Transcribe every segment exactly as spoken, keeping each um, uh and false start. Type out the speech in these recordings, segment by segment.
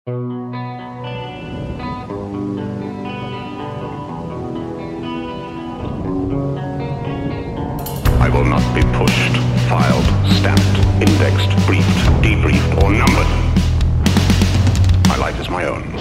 I will not be pushed, filed, stamped, indexed, briefed, debriefed, or numbered. My life is my own.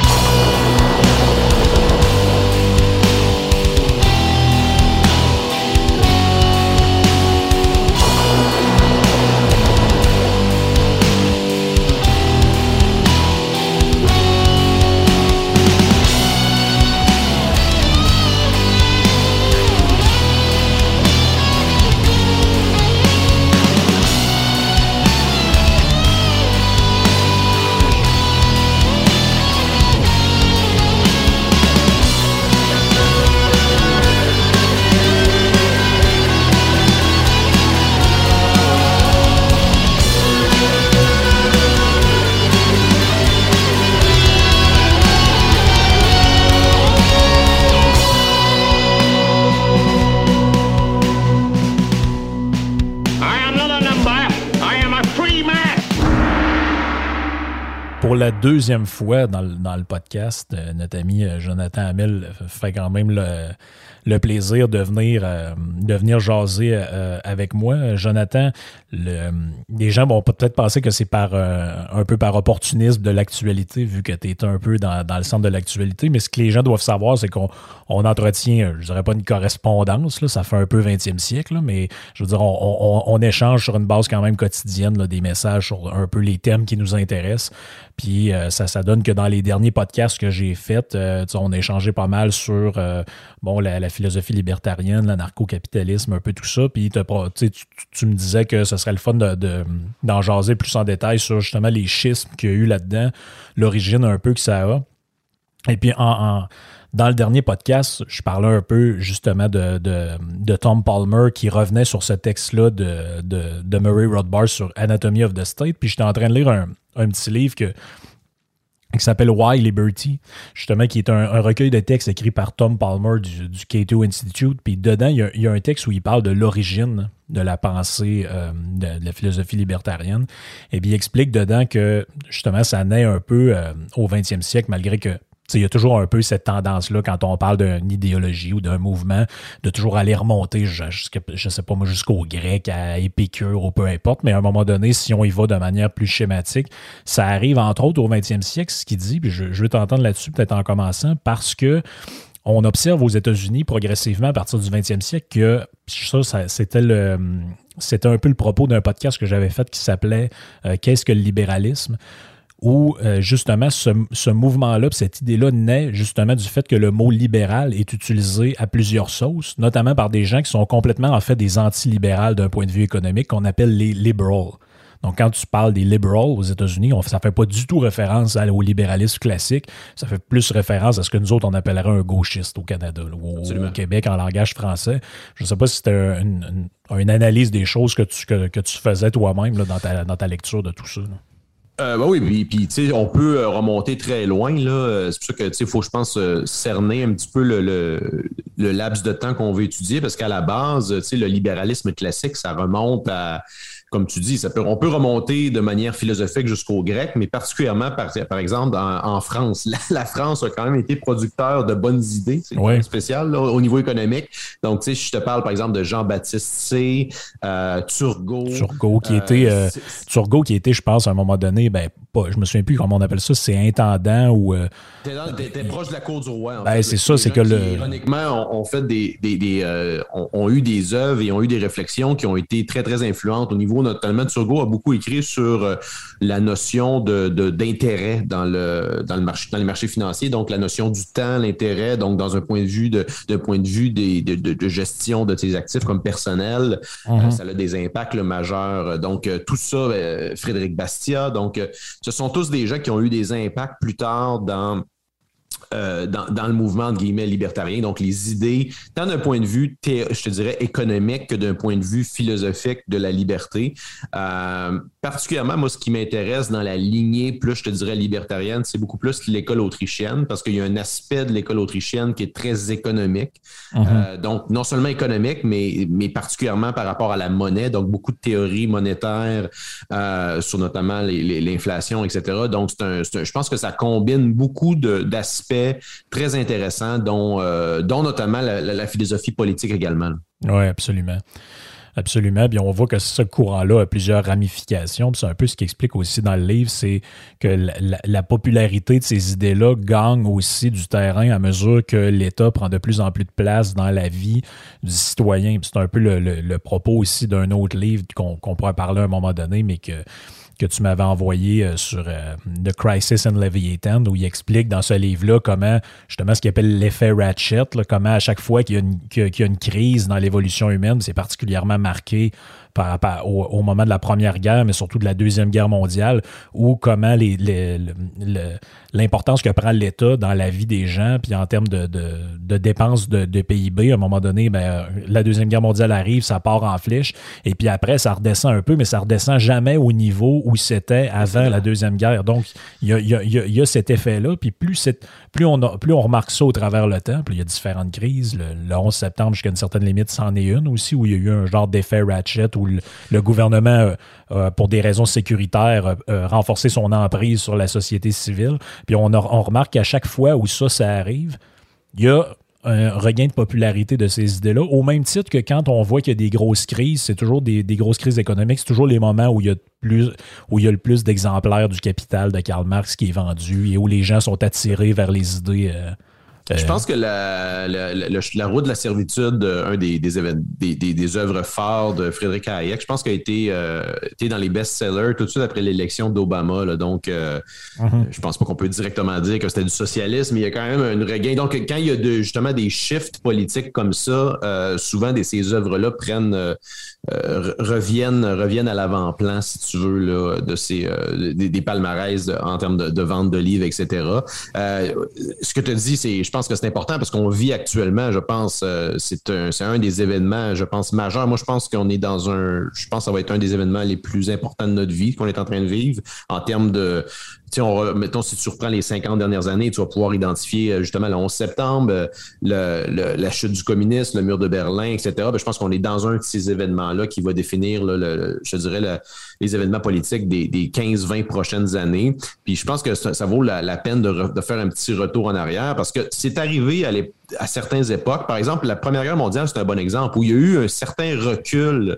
Pour la deuxième fois dans le, dans le podcast, euh, notre ami euh, Jonathan Hamel fait quand même le, le plaisir de venir, euh, de venir jaser euh, avec moi. Jonathan, le, les gens vont peut-être penser que c'est par euh, un peu par opportunisme de l'actualité, vu que tu es un peu dans, dans le centre de l'actualité, mais ce que les gens doivent savoir, c'est qu'on on entretient, je dirais pas une correspondance, là, ça fait un peu vingtième siècle, là, mais je veux dire, on, on, on échange sur une base quand même quotidienne là, des messages sur un peu les thèmes qui nous intéressent. Puis euh, ça, ça donne que dans les derniers podcasts que j'ai faits, euh, on a échangé pas mal sur euh, bon, la, la philosophie libertarienne, l'anarcho-capitalisme, un peu tout ça. Puis tu, tu, tu me disais que ce serait le fun de, de, d'en jaser plus en détail sur justement les schismes qu'il y a eu là-dedans, l'origine un peu que ça a. Et puis en, en dans le dernier podcast, je parlais un peu justement de, de, de Tom Palmer qui revenait sur ce texte-là de, de, de Murray Rothbard sur Anatomy of the State. Puis j'étais en train de lire un, un petit livre que, qui s'appelle Why Liberty, justement, qui est un, un recueil de textes écrit par Tom Palmer du, du Cato Institute. Puis dedans, il y, a, il y a un texte où il parle de l'origine de la pensée euh, de, de la philosophie libertarienne. Et puis il explique dedans que, justement, ça naît un peu euh, au vingtième siècle, malgré que il y a toujours un peu cette tendance-là quand on parle d'une idéologie ou d'un mouvement de toujours aller remonter, jusqu'à, je sais pas moi, jusqu'au grec, à Épicure ou peu importe, mais à un moment donné, si on y va de manière plus schématique, ça arrive entre autres au vingtième siècle, ce qu'il dit, puis je, je veux t'entendre là-dessus peut-être en commençant, parce que on observe aux États-Unis progressivement à partir du vingtième siècle que ça, ça c'était le... c'était un peu le propos d'un podcast que j'avais fait qui s'appelait euh, « Qu'est-ce que le libéralisme ?» où euh, justement ce, ce mouvement-là, cette idée-là naît justement du fait que le mot libéral est utilisé à plusieurs sauces, notamment par des gens qui sont complètement en fait des anti-libérales d'un point de vue économique qu'on appelle les liberals. Donc, quand tu parles des liberals aux États-Unis, on, ça ne fait pas du tout référence à, au libéralisme classique. Ça fait plus référence à ce que nous autres, on appellerait un gauchiste au Canada, là, ou au, au Québec en langage français. Je ne sais pas si c'était une, une, une analyse des choses que tu, que, que tu faisais toi-même là, dans, ta, dans ta lecture de tout ça. Là. Euh, ben oui, puis, puis tu sais, on peut remonter très loin, là. C'est pour ça que, tu sais, il faut, je pense, cerner un petit peu le, le, le laps de temps qu'on veut étudier, parce qu'à la base, tu sais, le libéralisme classique, ça remonte à, comme tu dis, ça peut, on peut remonter de manière philosophique jusqu'au grec, mais particulièrement, par, par exemple, en, en France. La, la France a quand même été producteur de bonnes idées, c'est ouais. spécial là, au niveau économique. Donc, tu sais, je te parle, par exemple, de Jean-Baptiste C., euh, Turgot. Turgot qui, euh, était, euh, Turgot qui était, je pense, à un moment donné, ben, pas, je me souviens plus comment on appelle ça, c'est intendant ou... Euh, t'es, dans, t'es, t'es proche de la cour du roi. En ben, fait, c'est ça, c'est que qui, le... Ironiquement, ont, ont fait des... des, des euh, ont, ont eu des œuvres et ont eu des réflexions qui ont été très, très influentes au niveau, notamment, Turgot a beaucoup écrit sur euh, la notion de, de, d'intérêt dans, le, dans, le marché, dans les marchés financiers, donc la notion du temps, l'intérêt, donc dans un point de vue de, de, point de, vue des, de, de, de gestion de tes actifs comme personnel, mm-hmm. euh, ça a des impacts là, majeurs. Donc, euh, tout ça, euh, Frédéric Bastiat, donc... Euh, ce sont tous des gens qui ont eu des impacts plus tard dans Euh, dans, dans le mouvement de guillemets libertarien, donc les idées, tant d'un point de vue, thé- je te dirais, économique que d'un point de vue philosophique de la liberté. Euh, particulièrement, moi, ce qui m'intéresse dans la lignée, plus je te dirais libertarienne, c'est beaucoup plus l'école autrichienne, parce qu'il y a un aspect de l'école autrichienne qui est très économique. Mm-hmm. Euh, donc, non seulement économique, mais, mais particulièrement par rapport à la monnaie, donc beaucoup de théories monétaires euh, sur notamment les, les, l'inflation, et cetera. Donc, c'est un, c'est un, je pense que ça combine beaucoup de, d'aspects très intéressant, dont, euh, dont notamment la, la, la philosophie politique également. Oui, absolument. Absolument. Puis on voit que ce courant-là a plusieurs ramifications. Puis c'est un peu ce qui explique aussi dans le livre, c'est que la, la, la popularité de ces idées-là gagne aussi du terrain à mesure que l'État prend de plus en plus de place dans la vie du citoyen. Puis c'est un peu le, le, le propos aussi d'un autre livre qu'on, qu'on pourrait parler à un moment donné, mais que que tu m'avais envoyé sur euh, The Crisis in Leviathan, où il explique dans ce livre-là comment, justement, ce qu'il appelle l'effet Ratchet, là, comment à chaque fois qu'il y a une, qu'il y a une crise dans l'évolution humaine, c'est particulièrement marqué par rapport au, au moment de la Première Guerre, mais surtout de la Deuxième Guerre mondiale, ou comment les, les, le, le, l'importance que prend l'État dans la vie des gens, puis en termes de, de, de dépenses de, de P I B, à un moment donné, ben, la Deuxième Guerre mondiale arrive, ça part en flèche, et puis après, ça redescend un peu, mais ça redescend jamais au niveau où c'était avant la Deuxième Guerre. Donc, il y a, y a, y a, y a cet effet-là, puis plus, c'est, plus, on a, plus on remarque ça au travers le temps, puis il y a différentes crises, le, le onze septembre, jusqu'à une certaine limite, c'en est une aussi, où il y a eu un genre d'effet Ratchet, où le, le gouvernement, euh, euh, pour des raisons sécuritaires, euh, renforcé son emprise sur la société civile. Puis on, a, on remarque qu'à chaque fois où ça, ça arrive, il y a un regain de popularité de ces idées-là, au même titre que quand on voit qu'il y a des grosses crises, c'est toujours des, des grosses crises économiques, c'est toujours les moments où il y a plus, où il y a le plus d'exemplaires du Capital de Karl Marx qui est vendu et où les gens sont attirés vers les idées... Euh, Je pense que la, la, la, la roue de la servitude, un des, des, des, des, des œuvres phares de Friedrich Hayek, je pense qu'elle a été, euh, été dans les best-sellers tout de suite après l'élection d'Obama. Là. Donc, euh, mm-hmm. je pense pas qu'on peut directement dire que c'était du socialisme, mais il y a quand même un regain. Donc, quand il y a de, justement des shifts politiques comme ça, euh, souvent des, ces œuvres-là prennent, euh, reviennent, reviennent à l'avant-plan, si tu veux, là, de ces, euh, des, des palmarès de, en termes de, de vente de livres, et cetera. Euh, ce que tu as dit, c'est, je pense que c'est important parce qu'on vit actuellement, je pense, euh, c'est un, c'est un des événements, je pense, majeurs. Moi, je pense qu'on est dans un, je pense que ça va être un des événements les plus importants de notre vie qu'on est en train de vivre en termes de, tu sais, on, mettons, si tu reprends les cinquante dernières années, tu vas pouvoir identifier justement le onze septembre, le, le, la chute du communisme, le mur de Berlin, et cetera. Ben, je pense qu'on est dans un de ces événements-là qui va définir, là, le, le, je dirais, le, les événements politiques des, des quinze vingt prochaines années. Puis je pense que ça, ça vaut la, la peine de, re, de faire un petit retour en arrière parce que c'est arrivé à, à certaines époques. Par exemple, la Première Guerre mondiale, c'est un bon exemple où il y a eu un certain recul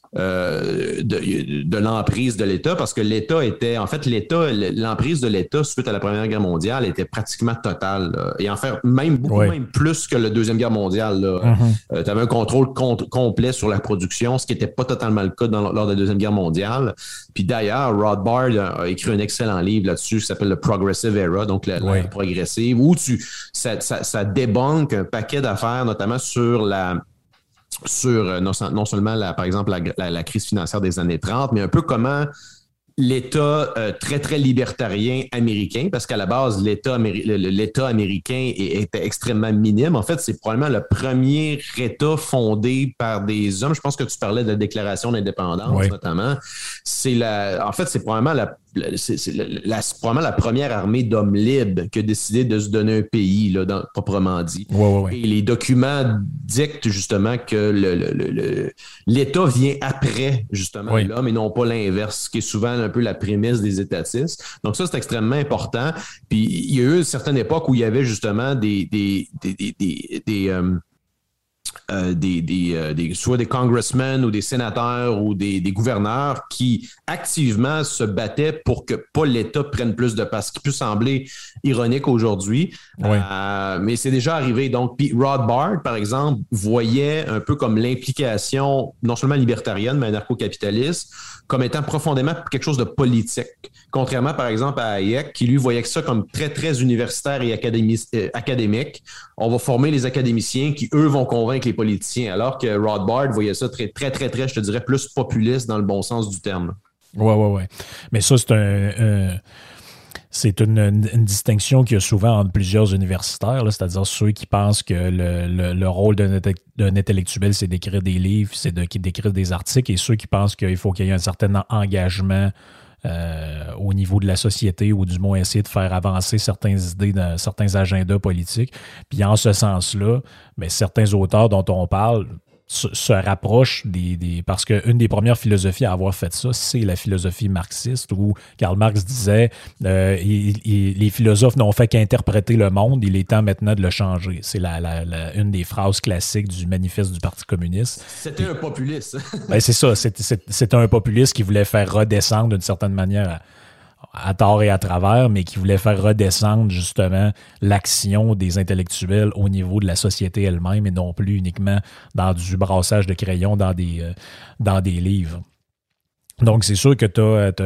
Euh, de, de l'emprise de l'État parce que l'État était, en fait, l'État, l'emprise de l'État suite à la Première Guerre mondiale était pratiquement totale. Là. Et en fait, même beaucoup ouais. même plus que la Deuxième Guerre mondiale. Mm-hmm. Euh, tu avais un contrôle compte, complet sur la production, ce qui n'était pas totalement le cas dans, lors de la Deuxième Guerre mondiale. Puis d'ailleurs, Rothbard a, a écrit un excellent livre là-dessus qui s'appelle le Progressive Era, donc la, ouais. la progressive, où tu, ça, ça, ça débunk un paquet d'affaires, notamment sur la sur non, non seulement, la, par exemple, la, la, la crise financière des années trente, mais un peu comment l'État euh, très, très libertarien américain, parce qu'à la base, l'État, améri- l'État américain était extrêmement minime. En fait, c'est probablement le premier État fondé par des hommes. Je pense que tu parlais de la Déclaration d'indépendance, oui. notamment. C'est la, en fait, c'est probablement la C'est, c'est, la, c'est probablement la première armée d'hommes libres qui a décidé de se donner un pays, là, dans, proprement dit. Ouais, ouais, ouais. Et les documents dictent justement que le, le, le, l'État vient après, justement, ouais. l'homme et non pas l'inverse, ce qui est souvent un peu la prémisse des étatistes. Donc ça, c'est extrêmement important. Puis il y a eu une certaine époque où il y avait justement des... des, des, des, des, des euh, Euh, des, des, euh, des, soit des congressmen ou des sénateurs ou des, des gouverneurs qui activement se battaient pour que pas l'État prenne plus de place, ce qui peut sembler ironique aujourd'hui, oui. euh, mais c'est déjà arrivé. Donc, puis Rothbard, par exemple, voyait un peu comme l'implication non seulement libertarienne, mais anarcho-capitaliste, comme étant profondément quelque chose de politique. Contrairement, par exemple, à Hayek, qui lui voyait que ça comme très, très universitaire et académi- euh, académique. On va former les académiciens qui, eux, vont convaincre les politiciens, alors que Rothbard voyait ça très, très, très, très, je te dirais, plus populiste dans le bon sens du terme. Oui, oui, oui. Mais ça, c'est un... un... c'est une, une, une distinction qu'il y a souvent entre plusieurs universitaires, là, c'est-à-dire ceux qui pensent que le, le, le rôle d'un, d'un intellectuel, c'est d'écrire des livres, c'est de, d'écrire des articles, et ceux qui pensent qu'il faut qu'il y ait un certain engagement euh, au niveau de la société, ou du moins essayer de faire avancer certaines idées, dans certains agendas politiques. Puis en ce sens-là, bien, certains auteurs dont on parle se, se rapprochent des, des... Parce qu'une des premières philosophies à avoir fait ça, c'est la philosophie marxiste, où Karl Marx disait euh, il, il, les philosophes n'ont fait qu'interpréter le monde, il est temps maintenant de le changer. C'est la, la, la, une des phrases classiques du manifeste du Parti communiste. C'était Puis, un populiste. Ben c'est ça, c'était, c'était un populiste qui voulait faire redescendre d'une certaine manière à, à tort et à travers, mais qui voulait faire redescendre justement l'action des intellectuels au niveau de la société elle-même, et non plus uniquement dans du brassage de crayons dans des, euh, dans des livres. Donc, c'est sûr que tu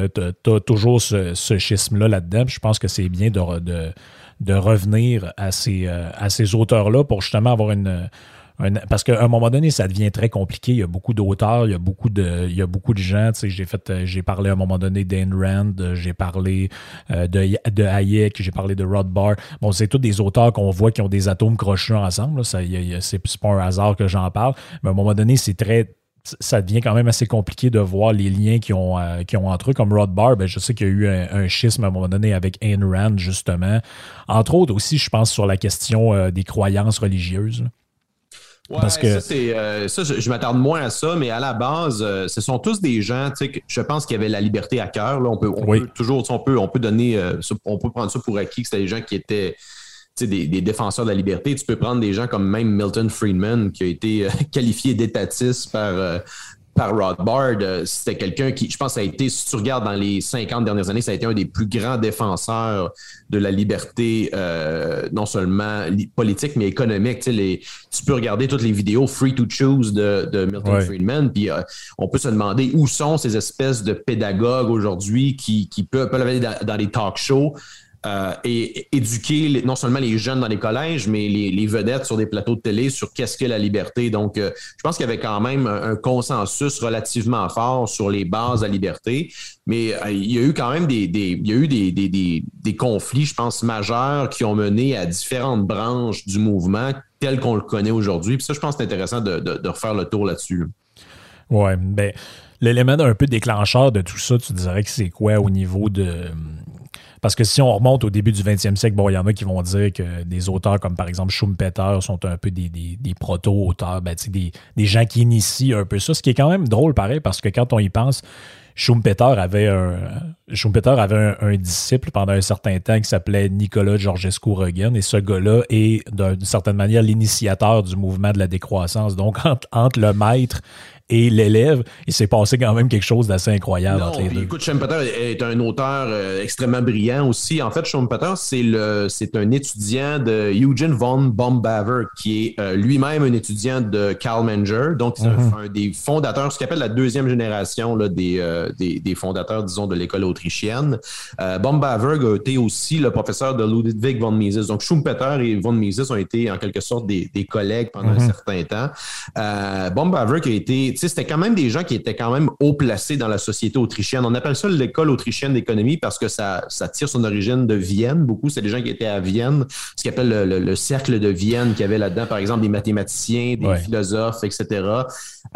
as toujours ce, ce schisme-là là-dedans. Je pense que c'est bien de, de, de revenir à ces, euh, à ces auteurs-là pour justement avoir une... Un, parce qu'à un moment donné, ça devient très compliqué. Il y a beaucoup d'auteurs, il y a beaucoup de, il y a beaucoup de gens. Tu sais, j'ai fait, j'ai parlé à un moment donné d'Ayn Rand, j'ai parlé euh, de, de Hayek, j'ai parlé de Rothbard. Bon, c'est tous des auteurs qu'on voit qui ont des atomes crochus ensemble. Là. Ça, y a, y a, c'est, c'est pas un hasard que j'en parle. Mais à un moment donné, c'est très, ça devient quand même assez compliqué de voir les liens qu'ils ont, euh, qu'ils ont entre eux. Comme Rothbard, ben, je sais qu'il y a eu un, un schisme à un moment donné avec Ayn Rand, justement. Entre autres aussi, je pense, sur la question euh, des croyances religieuses. Là. Ouais, Parce que... ça, c'est, euh, ça je, je m'attarde moins à ça, mais à la base, euh, ce sont tous des gens, tu sais, que je pense qu'il y avait la liberté à cœur. Là. On peut, on oui. peut toujours, on peut, on peut donner, euh, on peut prendre ça pour acquis que c'était des gens qui étaient des, des défenseurs de la liberté. Tu peux prendre des gens comme même Milton Friedman, qui a été euh, qualifié d'étatiste par... Euh, par Rothbard, c'était quelqu'un qui, je pense, ça a été, si tu regardes dans les cinquante dernières années, ça a été un des plus grands défenseurs de la liberté, euh, non seulement politique, mais économique. Tu sais, les, tu peux regarder toutes les vidéos Free to Choose de, de Milton ouais. Friedman, puis euh, on peut se demander où sont ces espèces de pédagogues aujourd'hui qui, qui peuvent, peuvent aller dans, dans les talk shows. Euh, et éduquer les, non seulement les jeunes dans les collèges, mais les, les vedettes sur des plateaux de télé sur qu'est-ce qu'est la liberté. Donc, euh, je pense qu'il y avait quand même un, un consensus relativement fort sur les bases de la liberté, mais euh, il y a eu quand même des, des, il y a eu des, des, des, des conflits, je pense, majeurs qui ont mené à différentes branches du mouvement tel qu'on le connaît aujourd'hui. Puis ça, je pense que c'est intéressant de, de, de refaire le tour là-dessus. Oui, bien, l'élément un peu déclencheur de tout ça, tu dirais que c'est quoi au niveau de... Parce que si on remonte au début du vingtième siècle, bon, il y en a qui vont dire que des auteurs comme par exemple Schumpeter sont un peu des, des, des proto-auteurs, ben, des, des gens qui initient un peu ça, ce qui est quand même drôle pareil, parce que quand on y pense, Schumpeter avait un, Schumpeter avait un, un disciple pendant un certain temps qui s'appelait Nicolas Georgescu-Roegen, et ce gars-là est d'une certaine manière l'initiateur du mouvement de la décroissance. Donc, entre, entre le maître et l'élève, il s'est passé quand même quelque chose d'assez incroyable non, entre les puis, deux. Écoute, Schumpeter est un auteur euh, extrêmement brillant aussi. En fait, Schumpeter, c'est le c'est un étudiant de Eugen von Bombaver, qui est euh, lui-même un étudiant de Karl Menger. Donc, c'est mm-hmm. un, un des fondateurs, ce qu'on appelle la deuxième génération là, des, euh, des, des fondateurs, disons, de l'école autrichienne. Euh, Bombaver a été aussi le professeur de Ludwig von Mises. Donc, Schumpeter et von Mises ont été en quelque sorte des, des collègues pendant mm-hmm. un certain temps. Euh, Bombaver qui a été Tu sais, c'était quand même des gens qui étaient quand même haut placés dans la société autrichienne. On appelle ça l'école autrichienne d'économie parce que ça, ça tire son origine de Vienne. Beaucoup, c'est des gens qui étaient à Vienne, ce qu'on appelle le, le, le cercle de Vienne, qui avait là-dedans, par exemple, des mathématiciens, des ouais. philosophes, et cetera.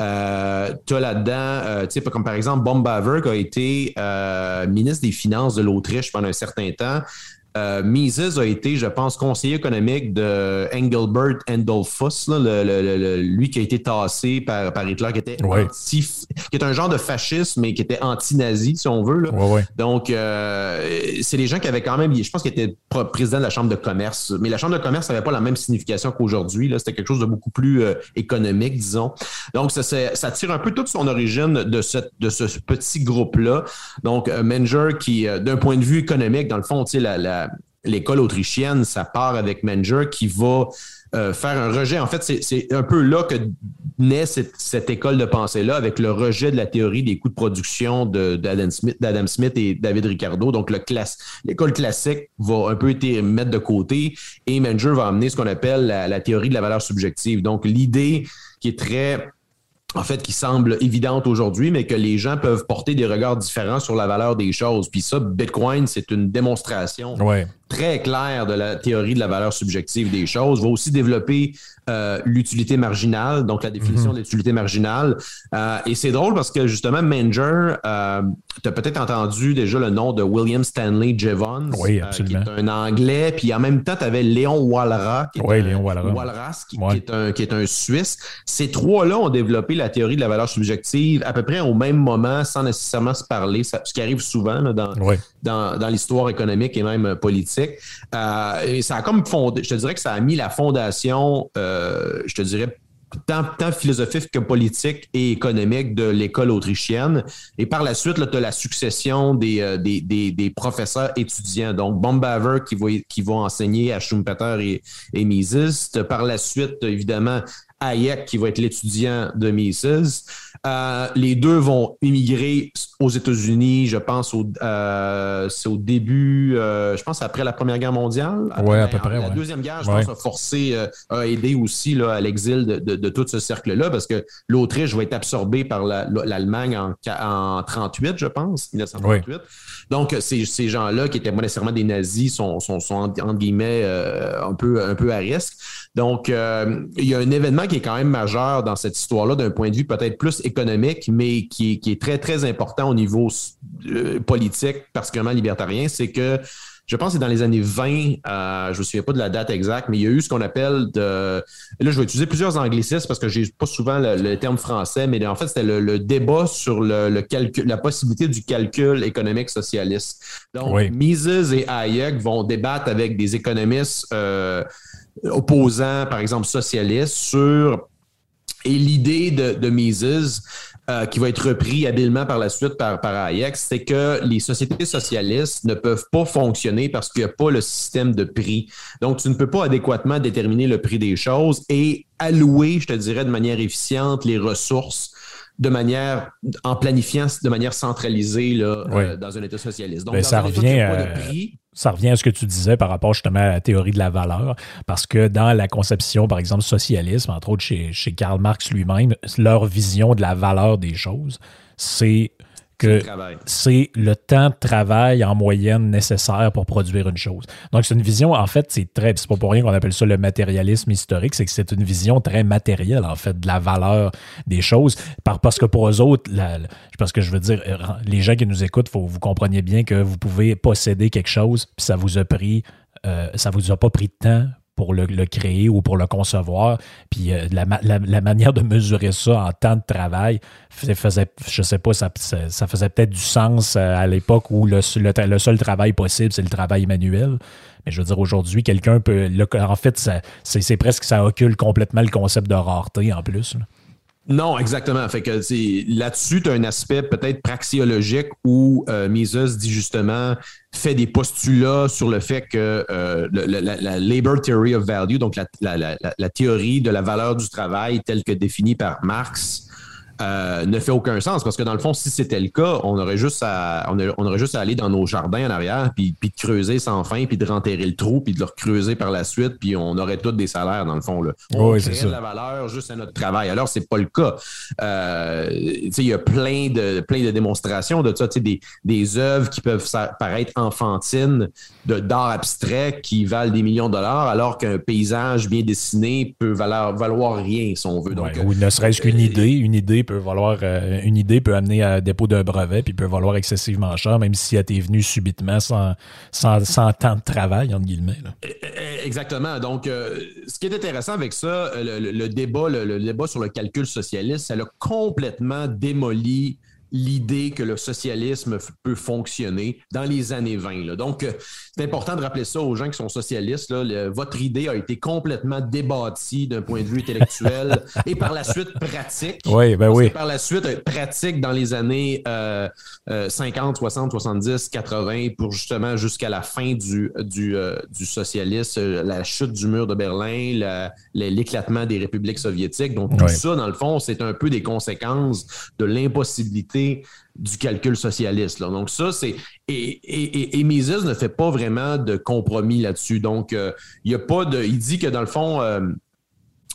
Euh, tu as là-dedans, euh, tu sais, comme par exemple, Bombaver qui a été euh, ministre des Finances de l'Autriche pendant un certain temps. Euh, Mises a été, je pense, conseiller économique de Engelbert Endolphus, là, le, le, le, lui qui a été tassé par, par Hitler, qui était ouais. anti, qui est un genre de fascisme, mais qui était anti-nazi, si on veut. Là. Ouais, ouais. Donc, euh, c'est des gens qui avaient quand même, je pense, qu'ils étaient président de la Chambre de commerce, mais la Chambre de commerce n'avait pas la même signification qu'aujourd'hui. Là. C'était quelque chose de beaucoup plus euh, économique, disons. Donc, ça, ça tire un peu toute son origine de, cette, de ce petit groupe-là. Donc, euh, Menger, qui, euh, d'un point de vue économique, dans le fond, tu sais, la, la l'école autrichienne, ça part avec Menger qui va euh, faire un rejet. En fait, c'est, c'est un peu là que naît cette, cette école de pensée-là, avec le rejet de la théorie des coûts de production de, d'Adam Smith, d'Adam Smith et David Ricardo. Donc, le classe, l'école classique va un peu être mettre de côté et Menger va amener ce qu'on appelle la, la théorie de la valeur subjective. Donc, l'idée qui est très... en fait, qui semble évidente aujourd'hui, mais que les gens peuvent porter des regards différents sur la valeur des choses. Puis ça, Bitcoin, c'est une démonstration ouais. très claire de la théorie de la valeur subjective des choses. Va aussi développer euh, l'utilité marginale, donc la définition mm-hmm. de l'utilité marginale. Euh, et c'est drôle parce que, justement, Menger, euh, tu as peut-être entendu déjà le nom de William Stanley Jevons, oui, absolument. Euh, qui est un Anglais, puis en même temps, tu avais Léon Walras, qui est, oui, un, Léon Walras. Walras, qui, ouais. qui, est un, qui est un Suisse. Ces trois-là ont développé la théorie de la valeur subjective à peu près au même moment, sans nécessairement se parler, ça, ce qui arrive souvent là, dans, oui. dans, dans l'histoire économique et même politique. Euh, et ça a comme fondé, je te dirais que ça a mis la fondation, euh, je te dirais, Tant, tant philosophique que politique et économique de l'école autrichienne. Et par la suite, tu as la succession des, euh, des, des, des professeurs étudiants. Donc, Baumbaver qui va, qui va enseigner à Schumpeter et, et Mises. Par la suite, évidemment, Hayek qui va être l'étudiant de Mises. Euh, les deux vont immigrer aux États-Unis, je pense, au, euh, c'est au début, euh, je pense après la Première Guerre mondiale. Oui, à peu près. La ouais. Deuxième Guerre, je ouais. pense, a forcé, euh, a aidé aussi là, à l'exil de, de, de tout ce cercle-là, parce que l'Autriche va être absorbée par la, l'Allemagne en, en trente-huit, je pense, dix-neuf cent trente-huit. Oui. Donc, ces, ces gens-là, qui étaient pas nécessairement des nazis, sont, sont, sont entre guillemets, euh, un, peu, un peu à risque. Donc, euh, il y a un événement qui est quand même majeur dans cette histoire-là, d'un point de vue peut-être plus économique, mais qui est, qui est très, très important au niveau euh, politique, particulièrement libertarien, c'est que je pense que c'est dans les années vingt, euh, je ne me souviens pas de la date exacte, mais il y a eu ce qu'on appelle de... Là, je vais utiliser plusieurs anglicismes parce que je n'ai pas souvent le, le terme français, mais en fait, c'était le, le débat sur le, le calcul, la possibilité du calcul économique socialiste. Donc, oui. Mises et Hayek vont débattre avec des économistes euh, opposants, par exemple socialistes, sur... Et l'idée de, de Mises, euh, qui va être repris habilement par la suite par, par Hayek, c'est que les sociétés socialistes ne peuvent pas fonctionner parce qu'il n'y a pas le système de prix. Donc, tu ne peux pas adéquatement déterminer le prix des choses et allouer, je te dirais, de manière efficiente les ressources de manière, en planifiant de manière centralisée là, oui. euh, dans un État socialiste. Donc, ben, dans ça un revient État qui n'a pas à... de prix, Ça revient à ce que tu disais par rapport justement à la théorie de la valeur, parce que dans la conception, par exemple, socialisme, entre autres chez, chez Karl Marx lui-même, leur vision de la valeur des choses, c'est que c'est le temps de travail en moyenne nécessaire pour produire une chose. Donc, c'est une vision, en fait, c'est très, c'est pas pour rien qu'on appelle ça le matérialisme historique, c'est que c'est une vision très matérielle, en fait, de la valeur des choses. Parce que pour eux autres, la, parce que je veux dire, les gens qui nous écoutent, faut vous compreniez bien que vous pouvez posséder quelque chose, puis ça vous a pris, euh, ça vous a pas pris de temps pour le, le créer ou pour le concevoir. Puis euh, la, la, la manière de mesurer ça en temps de travail faisait, je sais pas, ça, ça, ça faisait peut-être du sens à l'époque où le, le, le seul travail possible, c'est le travail manuel. Mais je veux dire, aujourd'hui, quelqu'un peut... Le, en fait, ça, c'est, c'est presque ça occulte complètement le concept de rareté en plus, là. Non, exactement. Fait que là-dessus, tu as un aspect peut-être praxéologique où euh, Mises dit justement, fait des postulats sur le fait que euh, la, la, la Labor Theory of Value, donc la, la, la, la théorie de la valeur du travail telle que définie par Marx, Euh, ne fait aucun sens parce que dans le fond, si c'était le cas, on aurait juste à, on aurait, on aurait juste à aller dans nos jardins en arrière puis, puis de creuser sans fin puis de renterrer le trou puis de le recreuser par la suite puis on aurait tous des salaires dans le fond. Là. On oui, créerait c'est ça. de la valeur juste à notre travail. Alors, c'est pas le cas. Euh, il y a plein de, plein de démonstrations de ça, des, des œuvres qui peuvent paraître enfantines de, d'art abstrait qui valent des millions de dollars alors qu'un paysage bien dessiné peut valoir, valoir rien si on veut. Donc, ouais, ou ne serait-ce qu'une euh, idée, une idée peut valoir euh, une idée peut amener à dépôt d'un brevet puis peut valoir excessivement cher, même si elle t'est venue subitement sans, sans, sans temps de travail, entre guillemets. Là. Exactement. Donc, euh, ce qui est intéressant avec ça, le, le, le débat, le, le débat sur le calcul socialiste, ça l'a complètement démoli l'idée que le socialisme f- peut fonctionner dans les années vingt. Là. Donc, euh, c'est important de rappeler ça aux gens qui sont socialistes. Là. Le, votre idée a été complètement débâtie d'un point de vue intellectuel et par la suite pratique. Oui, ben oui. Par la suite, pratique dans les années euh, euh, cinquante, soixante, soixante-dix, quatre-vingts pour justement jusqu'à la fin du, du, euh, du socialisme, la chute du mur de Berlin, la, l'éclatement des républiques soviétiques. Donc, tout oui. ça, dans le fond, c'est un peu des conséquences de l'impossibilité du calcul socialiste. Là. Donc ça, c'est... Et, et, et Mises ne fait pas vraiment de compromis là-dessus. Donc, euh, il y a pas de... Il dit que dans le fond... Euh,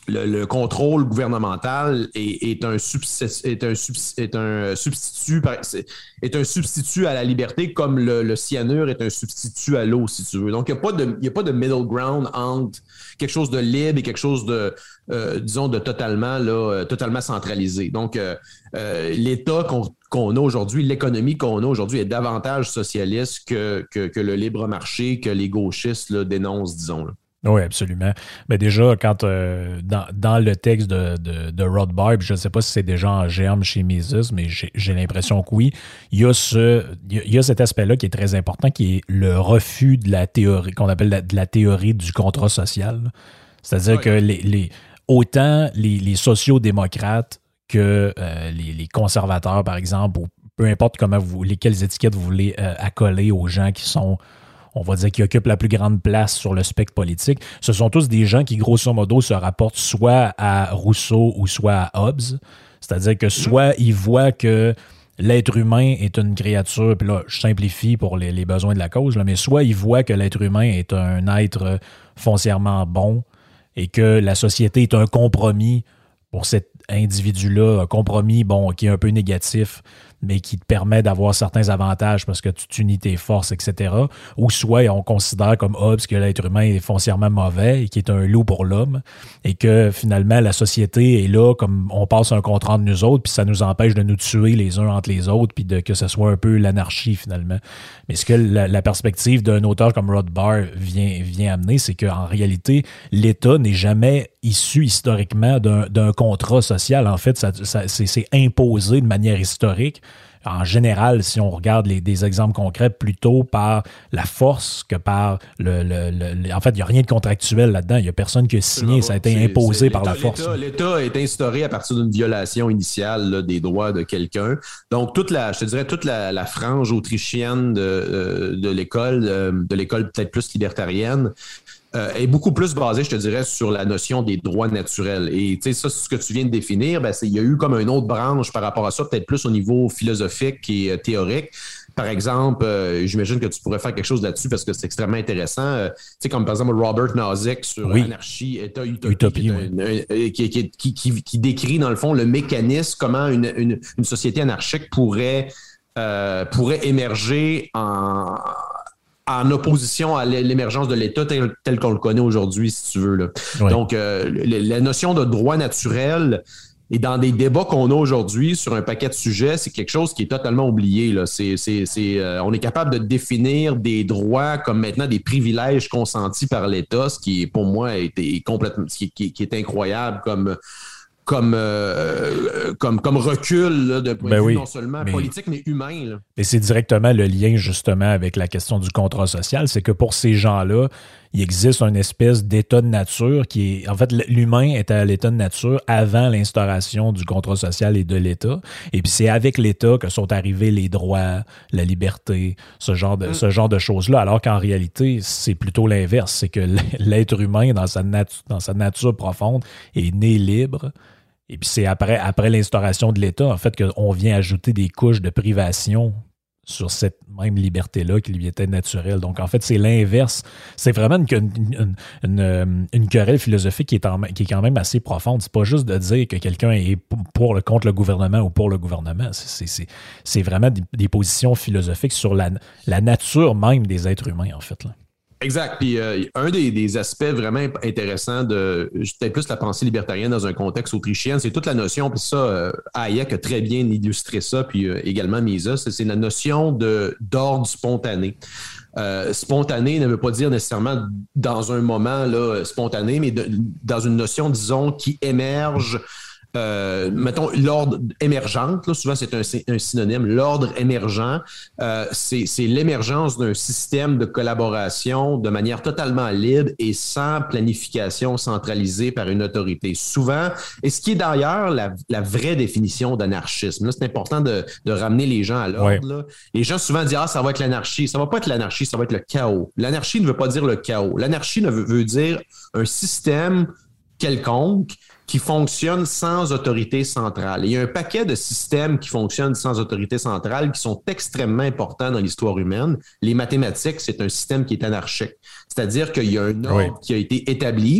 Le, le contrôle gouvernemental est, est, un, subs- est, un, subs- est, un substitut, est un substitut à la liberté comme le, le cyanure est un substitut à l'eau, si tu veux. Donc, il n'y a pas de, il y a pas de middle ground entre quelque chose de libre et quelque chose de, euh, disons, de totalement, là, totalement centralisé. Donc, euh, euh, l'État qu'on, qu'on a aujourd'hui, l'économie qu'on a aujourd'hui est davantage socialiste que, que, que le libre marché que les gauchistes là, dénoncent, disons. Là. Oui, absolument. Mais déjà, quand euh, dans, dans le texte de, de, de Rothbard, je ne sais pas si c'est déjà en germe chez Mises, mais j'ai, j'ai l'impression que oui, il y a ce, il y a cet aspect-là qui est très important, qui est le refus de la théorie, qu'on appelle la, de la théorie du contrat social. C'est-à-dire oui. que les, les, autant les, les sociaux-démocrates que euh, les, les conservateurs, par exemple, ou peu importe comment vous, lesquelles étiquettes vous voulez euh, accoler aux gens qui sont on va dire, qui occupent la plus grande place sur le spectre politique, ce sont tous des gens qui, grosso modo, se rapportent soit à Rousseau ou soit à Hobbes. C'est-à-dire que soit ils voient que l'être humain est une créature, puis là, je simplifie pour les, les besoins de la cause, là, mais soit ils voient que l'être humain est un être foncièrement bon et que la société est un compromis pour cet individu-là, un compromis, bon, qui est un peu négatif, mais qui te permet d'avoir certains avantages parce que tu t'unis tes forces, et cetera. Ou soit on considère comme Hobbes que l'être humain est foncièrement mauvais et qui est un loup pour l'homme et que finalement la société est là comme on passe un contrat entre nous autres puis ça nous empêche de nous tuer les uns entre les autres puis de que ce soit un peu l'anarchie finalement. Mais ce que la, la perspective d'un auteur comme Rothbard vient, vient amener, c'est qu'en réalité, l'État n'est jamais issu historiquement d'un, d'un contrat social. En fait, ça, ça, c'est, c'est imposé de manière historique. En général, si on regarde les, des exemples concrets, plutôt par la force que par le... le, le en fait, il n'y a rien de contractuel là-dedans. Il n'y a personne qui a signé. Ça a été c'est, imposé c'est, par la force. L'État, L'État est instauré à partir d'une violation initiale là, des droits de quelqu'un. Donc, toute la, je te dirais, toute la, la frange autrichienne de, de l'école, de l'école peut-être plus libertarienne, Euh, est beaucoup plus basé, je te dirais, sur la notion des droits naturels. Et tu sais, ça, ce que tu viens de définir, ben, c'est, il y a eu comme une autre branche par rapport à ça, peut-être plus au niveau philosophique et euh, théorique. Par exemple, euh, j'imagine que tu pourrais faire quelque chose là-dessus parce que c'est extrêmement intéressant. Euh, tu sais, comme par exemple Robert Nozick sur oui. Anarchie, État, Utopie, Utopie qui, oui. une, qui, qui, qui, qui, qui décrit dans le fond le mécanisme, comment une, une, une société anarchique pourrait, euh, pourrait émerger en... en opposition à l'émergence de l'État tel, tel qu'on le connaît aujourd'hui, si tu veux. Là. Oui. Donc, euh, la notion de droit naturel et dans des débats qu'on a aujourd'hui sur un paquet de sujets, c'est quelque chose qui est totalement oublié. Là. C'est, c'est, c'est, euh, on est capable de définir des droits comme maintenant des privilèges consentis par l'État, ce qui, pour moi, est, est complètement, qui, qui, qui est incroyable comme... Comme, euh, comme, comme recul là, de point ben de vue oui, non seulement mais, politique, mais humain. Là. Et c'est directement le lien justement avec la question du contrat social. C'est que pour ces gens-là, il existe une espèce d'état de nature qui est... En fait, l'humain est à l'état de nature avant l'instauration du contrat social et de l'État. Et puis c'est avec l'État que sont arrivés les droits, la liberté, ce genre de, mm. ce genre de choses-là. Alors qu'en réalité, c'est plutôt l'inverse. C'est que l'être humain, dans sa, natu- dans sa nature profonde, est né libre. Et puis c'est après, après l'instauration de l'État, en fait, qu'on vient ajouter des couches de privation sur cette même liberté-là qui lui était naturelle. Donc, en fait, c'est l'inverse. C'est vraiment une, une, une, une querelle philosophique qui est, en, qui est quand même assez profonde. C'est pas juste de dire que quelqu'un est pour le, contre le gouvernement ou pour le gouvernement. C'est, c'est, c'est vraiment des, des positions philosophiques sur la, la nature même des êtres humains, en fait, là. Exact. Puis euh, un des, des aspects vraiment intéressants de peut-être plus la pensée libertarienne dans un contexte autrichien, c'est toute la notion, puis ça, euh, Hayek a très bien illustré ça, puis euh, également Mises, c'est, c'est la notion de, d'ordre spontané. Euh, spontané ne veut pas dire nécessairement dans un moment là, spontané, mais de, dans une notion, disons, qui émerge. Euh, mettons, l'ordre émergente, là, souvent c'est un, un synonyme, l'ordre émergent, euh, c'est, c'est l'émergence d'un système de collaboration de manière totalement libre et sans planification centralisée par une autorité. Souvent, et ce qui est d'ailleurs la, la vraie définition d'anarchisme, là, c'est important de, de ramener les gens à l'ordre. Ouais. Là. Les gens souvent disent « Ah, ça va être l'anarchie ». Ça va pas être l'anarchie, ça va être le chaos. L'anarchie ne veut pas dire le chaos. L'anarchie ne veut, veut dire un système quelconque qui fonctionne sans autorité centrale. Et il y a un paquet de systèmes qui fonctionnent sans autorité centrale qui sont extrêmement importants dans l'histoire humaine. Les mathématiques, c'est un système qui est anarchique. C'est-à-dire qu'il y a un ordre oui. qui a été établi,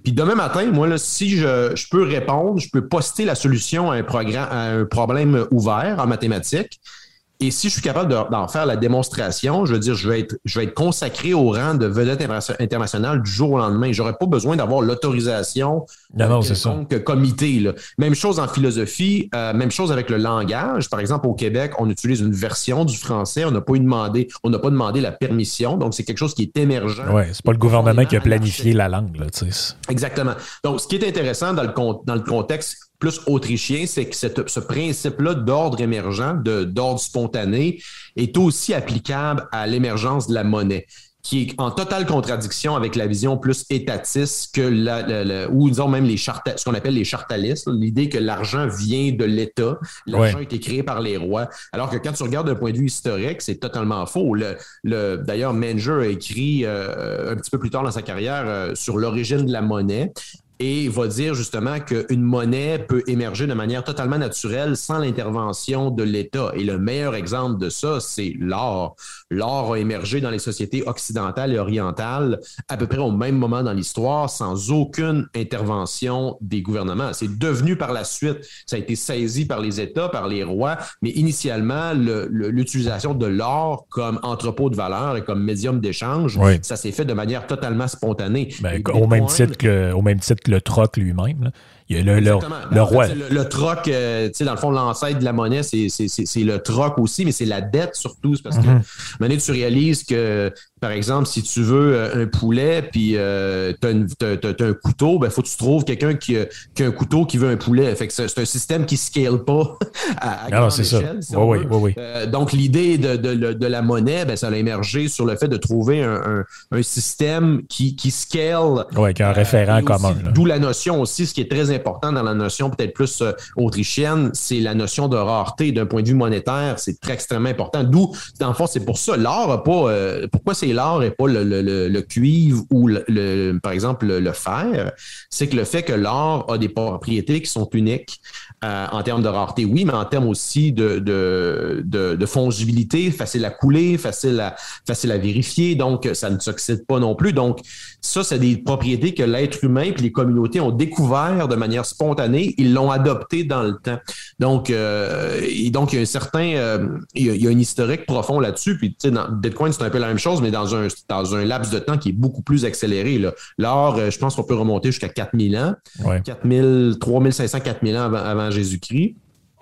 Puis demain matin, moi, là, si je, je peux répondre, je peux poster la solution à un, programme, à un problème ouvert en mathématiques. Et si je suis capable de, d'en faire la démonstration, je veux dire, je vais être, je vais être consacré au rang de vedette internationale du jour au lendemain. Je n'aurais pas besoin d'avoir l'autorisation non, non, c'est ça. comité. Là. Même chose en philosophie, euh, même chose avec le langage. Par exemple, au Québec, on utilise une version du français. On n'a pas eu demandé, on n'a pas demandé la permission. Donc, c'est quelque chose qui est émergent. Oui, c'est pas le gouvernement qui a planifié la langue. Là, tu sais. Exactement. Donc, ce qui est intéressant dans le, dans le contexte plus autrichien, c'est que cette, ce principe-là d'ordre émergent, de, d'ordre spontané, est aussi applicable à l'émergence de la monnaie, qui est en totale contradiction avec la vision plus étatiste que la, la, la ou disons même les charta, ce qu'on appelle les chartalistes, l'idée que l'argent vient de l'État, l'argent ouais. a été créé par les rois, alors que quand tu regardes d'un point de vue historique, c'est totalement faux. Le, le, d'ailleurs, Menger a écrit euh, un petit peu plus tard dans sa carrière euh, sur l'origine de la monnaie. Et il va dire justement qu'une monnaie peut émerger de manière totalement naturelle sans l'intervention de l'État. Et le meilleur exemple de ça, c'est l'or. L'or a émergé dans les sociétés occidentales et orientales à peu près au même moment dans l'histoire, sans aucune intervention des gouvernements. C'est devenu par la suite, ça a été saisi par les États, par les rois, mais initialement, le, le, l'utilisation de l'or comme entrepôt de valeur et comme médium d'échange, oui. ça s'est fait de manière totalement spontanée. Ben, au, même titre que, au même titre que le troc lui-même. Là. Il y a le, le, le roi. En fait, le, le troc, euh, tu sais, dans le fond, l'ancêtre de la monnaie, c'est, c'est, c'est, c'est le troc aussi, mais c'est la dette surtout. C'est parce mm-hmm. que maintenant, tu réalises que, par exemple, si tu veux un poulet, puis euh, tu as un couteau, ben faut que tu trouves quelqu'un qui a, qui a un couteau qui veut un poulet. Fait que c'est, c'est un système qui ne scale pas à, à grande c'est échelle. Ça. Si oui, oui, oui, oui. Euh, donc, l'idée de, de, de, de la monnaie, ben, ça a émergé sur le fait de trouver un, un, un système qui, qui scale. Oui, qui a un référent euh, commun. Aussi, d'où la notion aussi, ce qui est très important dans la notion peut-être plus euh, autrichienne, c'est la notion de rareté d'un point de vue monétaire. C'est très extrêmement important. D'où, dans le fond, c'est pour ça, l'or a pas... Euh, pourquoi c'est l'or et pas le, le, le, le cuivre ou, le, le, par exemple, le, le fer? C'est que le fait que l'or a des propriétés qui sont uniques euh, en termes de rareté, oui, mais en termes aussi de, de, de, de fongibilité, facile à couler, facile à, facile à vérifier, donc ça ne s'oxyde pas non plus. Donc, ça, c'est des propriétés que l'être humain et les communautés ont découvert de manière spontanée, ils l'ont adopté dans le temps. Donc, euh, et donc il y a un certain, euh, il, y a, il y a un historique profond là-dessus. Puis, tu sais, dans Bitcoin, c'est un peu la même chose, mais dans un dans un laps de temps qui est beaucoup plus accéléré. Là. L'or, je pense qu'on peut remonter jusqu'à quatre mille ans, ouais. quatre mille, trois mille cinq cents, quatre mille ans avant, avant Jésus-Christ.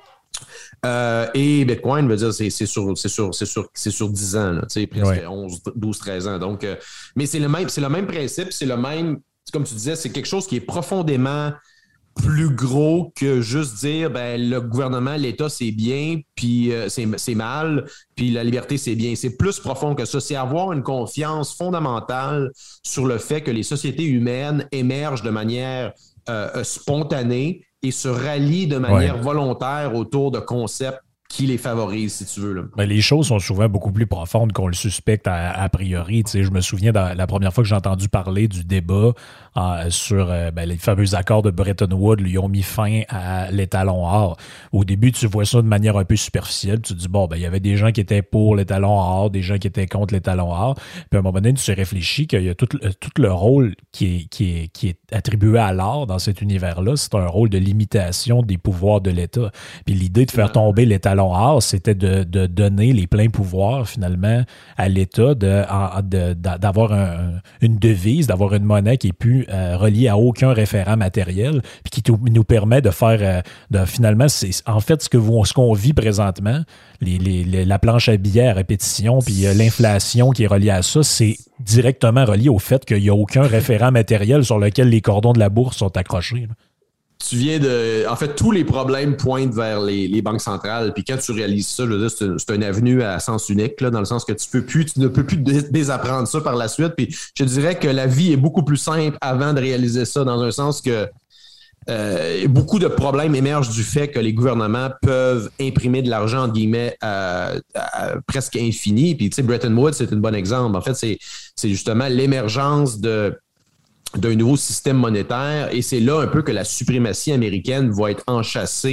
Euh, et Bitcoin, veut dire, c'est, c'est, sur, c'est, sur, c'est, sur, c'est sur dix ans, là, presque ouais. onze, douze, treize ans. Donc, euh, mais c'est le même, c'est le même principe, c'est le même, comme tu disais, c'est quelque chose qui est profondément plus gros que juste dire ben le gouvernement, l'État, c'est bien, puis euh, c'est, c'est mal, puis la liberté, c'est bien. C'est plus profond que ça. C'est avoir une confiance fondamentale sur le fait que les sociétés humaines émergent de manière euh, spontanée et se rallient de manière ouais. volontaire autour de concepts qui les favorise, si tu veux. Là. Ben, les choses sont souvent beaucoup plus profondes qu'on le suspecte a, a priori. Tu sais, je me souviens dans, la première fois que j'ai entendu parler du débat euh, sur euh, ben, les fameux accords de Bretton Woods, ils ont mis fin à l'étalon or. Au début, tu vois ça de manière un peu superficielle. Tu te dis, bon, ben il y avait des gens qui étaient pour l'étalon or, des gens qui étaient contre l'étalon or. Puis à un moment donné, tu te réfléchis qu'il y a tout, tout le rôle qui est, qui, est, qui est attribué à l'or dans cet univers-là. C'est un rôle de limitation des pouvoirs de l'État. Puis l'idée de faire tomber l'étalon or, c'était de, de donner les pleins pouvoirs finalement à l'État de, de, de, d'avoir un, une devise, d'avoir une monnaie qui est plus euh, reliée à aucun référent matériel, puis qui nous permet de faire, euh, de, finalement, c'est en fait ce, que vous, ce qu'on vit présentement, les, les, les, la planche à billets à répétition, puis euh, l'inflation qui est reliée à ça, c'est directement relié au fait qu'il n'y a aucun référent matériel sur lequel les cordons de la bourse sont accrochés. Là. Tu viens de... En fait, tous les problèmes pointent vers les, les banques centrales. Puis quand tu réalises ça, je veux dire, c'est, un, c'est un avenue à sens unique, là, dans le sens que tu peux plus, tu ne peux plus désapprendre ça par la suite. Puis je dirais que la vie est beaucoup plus simple avant de réaliser ça, dans un sens que euh, beaucoup de problèmes émergent du fait que les gouvernements peuvent imprimer de l'argent, entre guillemets, à, à, à presque infini. Puis tu sais, Bretton Woods, c'est un bon exemple. En fait, c'est, c'est justement l'émergence de... d'un nouveau système monétaire, et c'est là un peu que la suprématie américaine va être enchâssée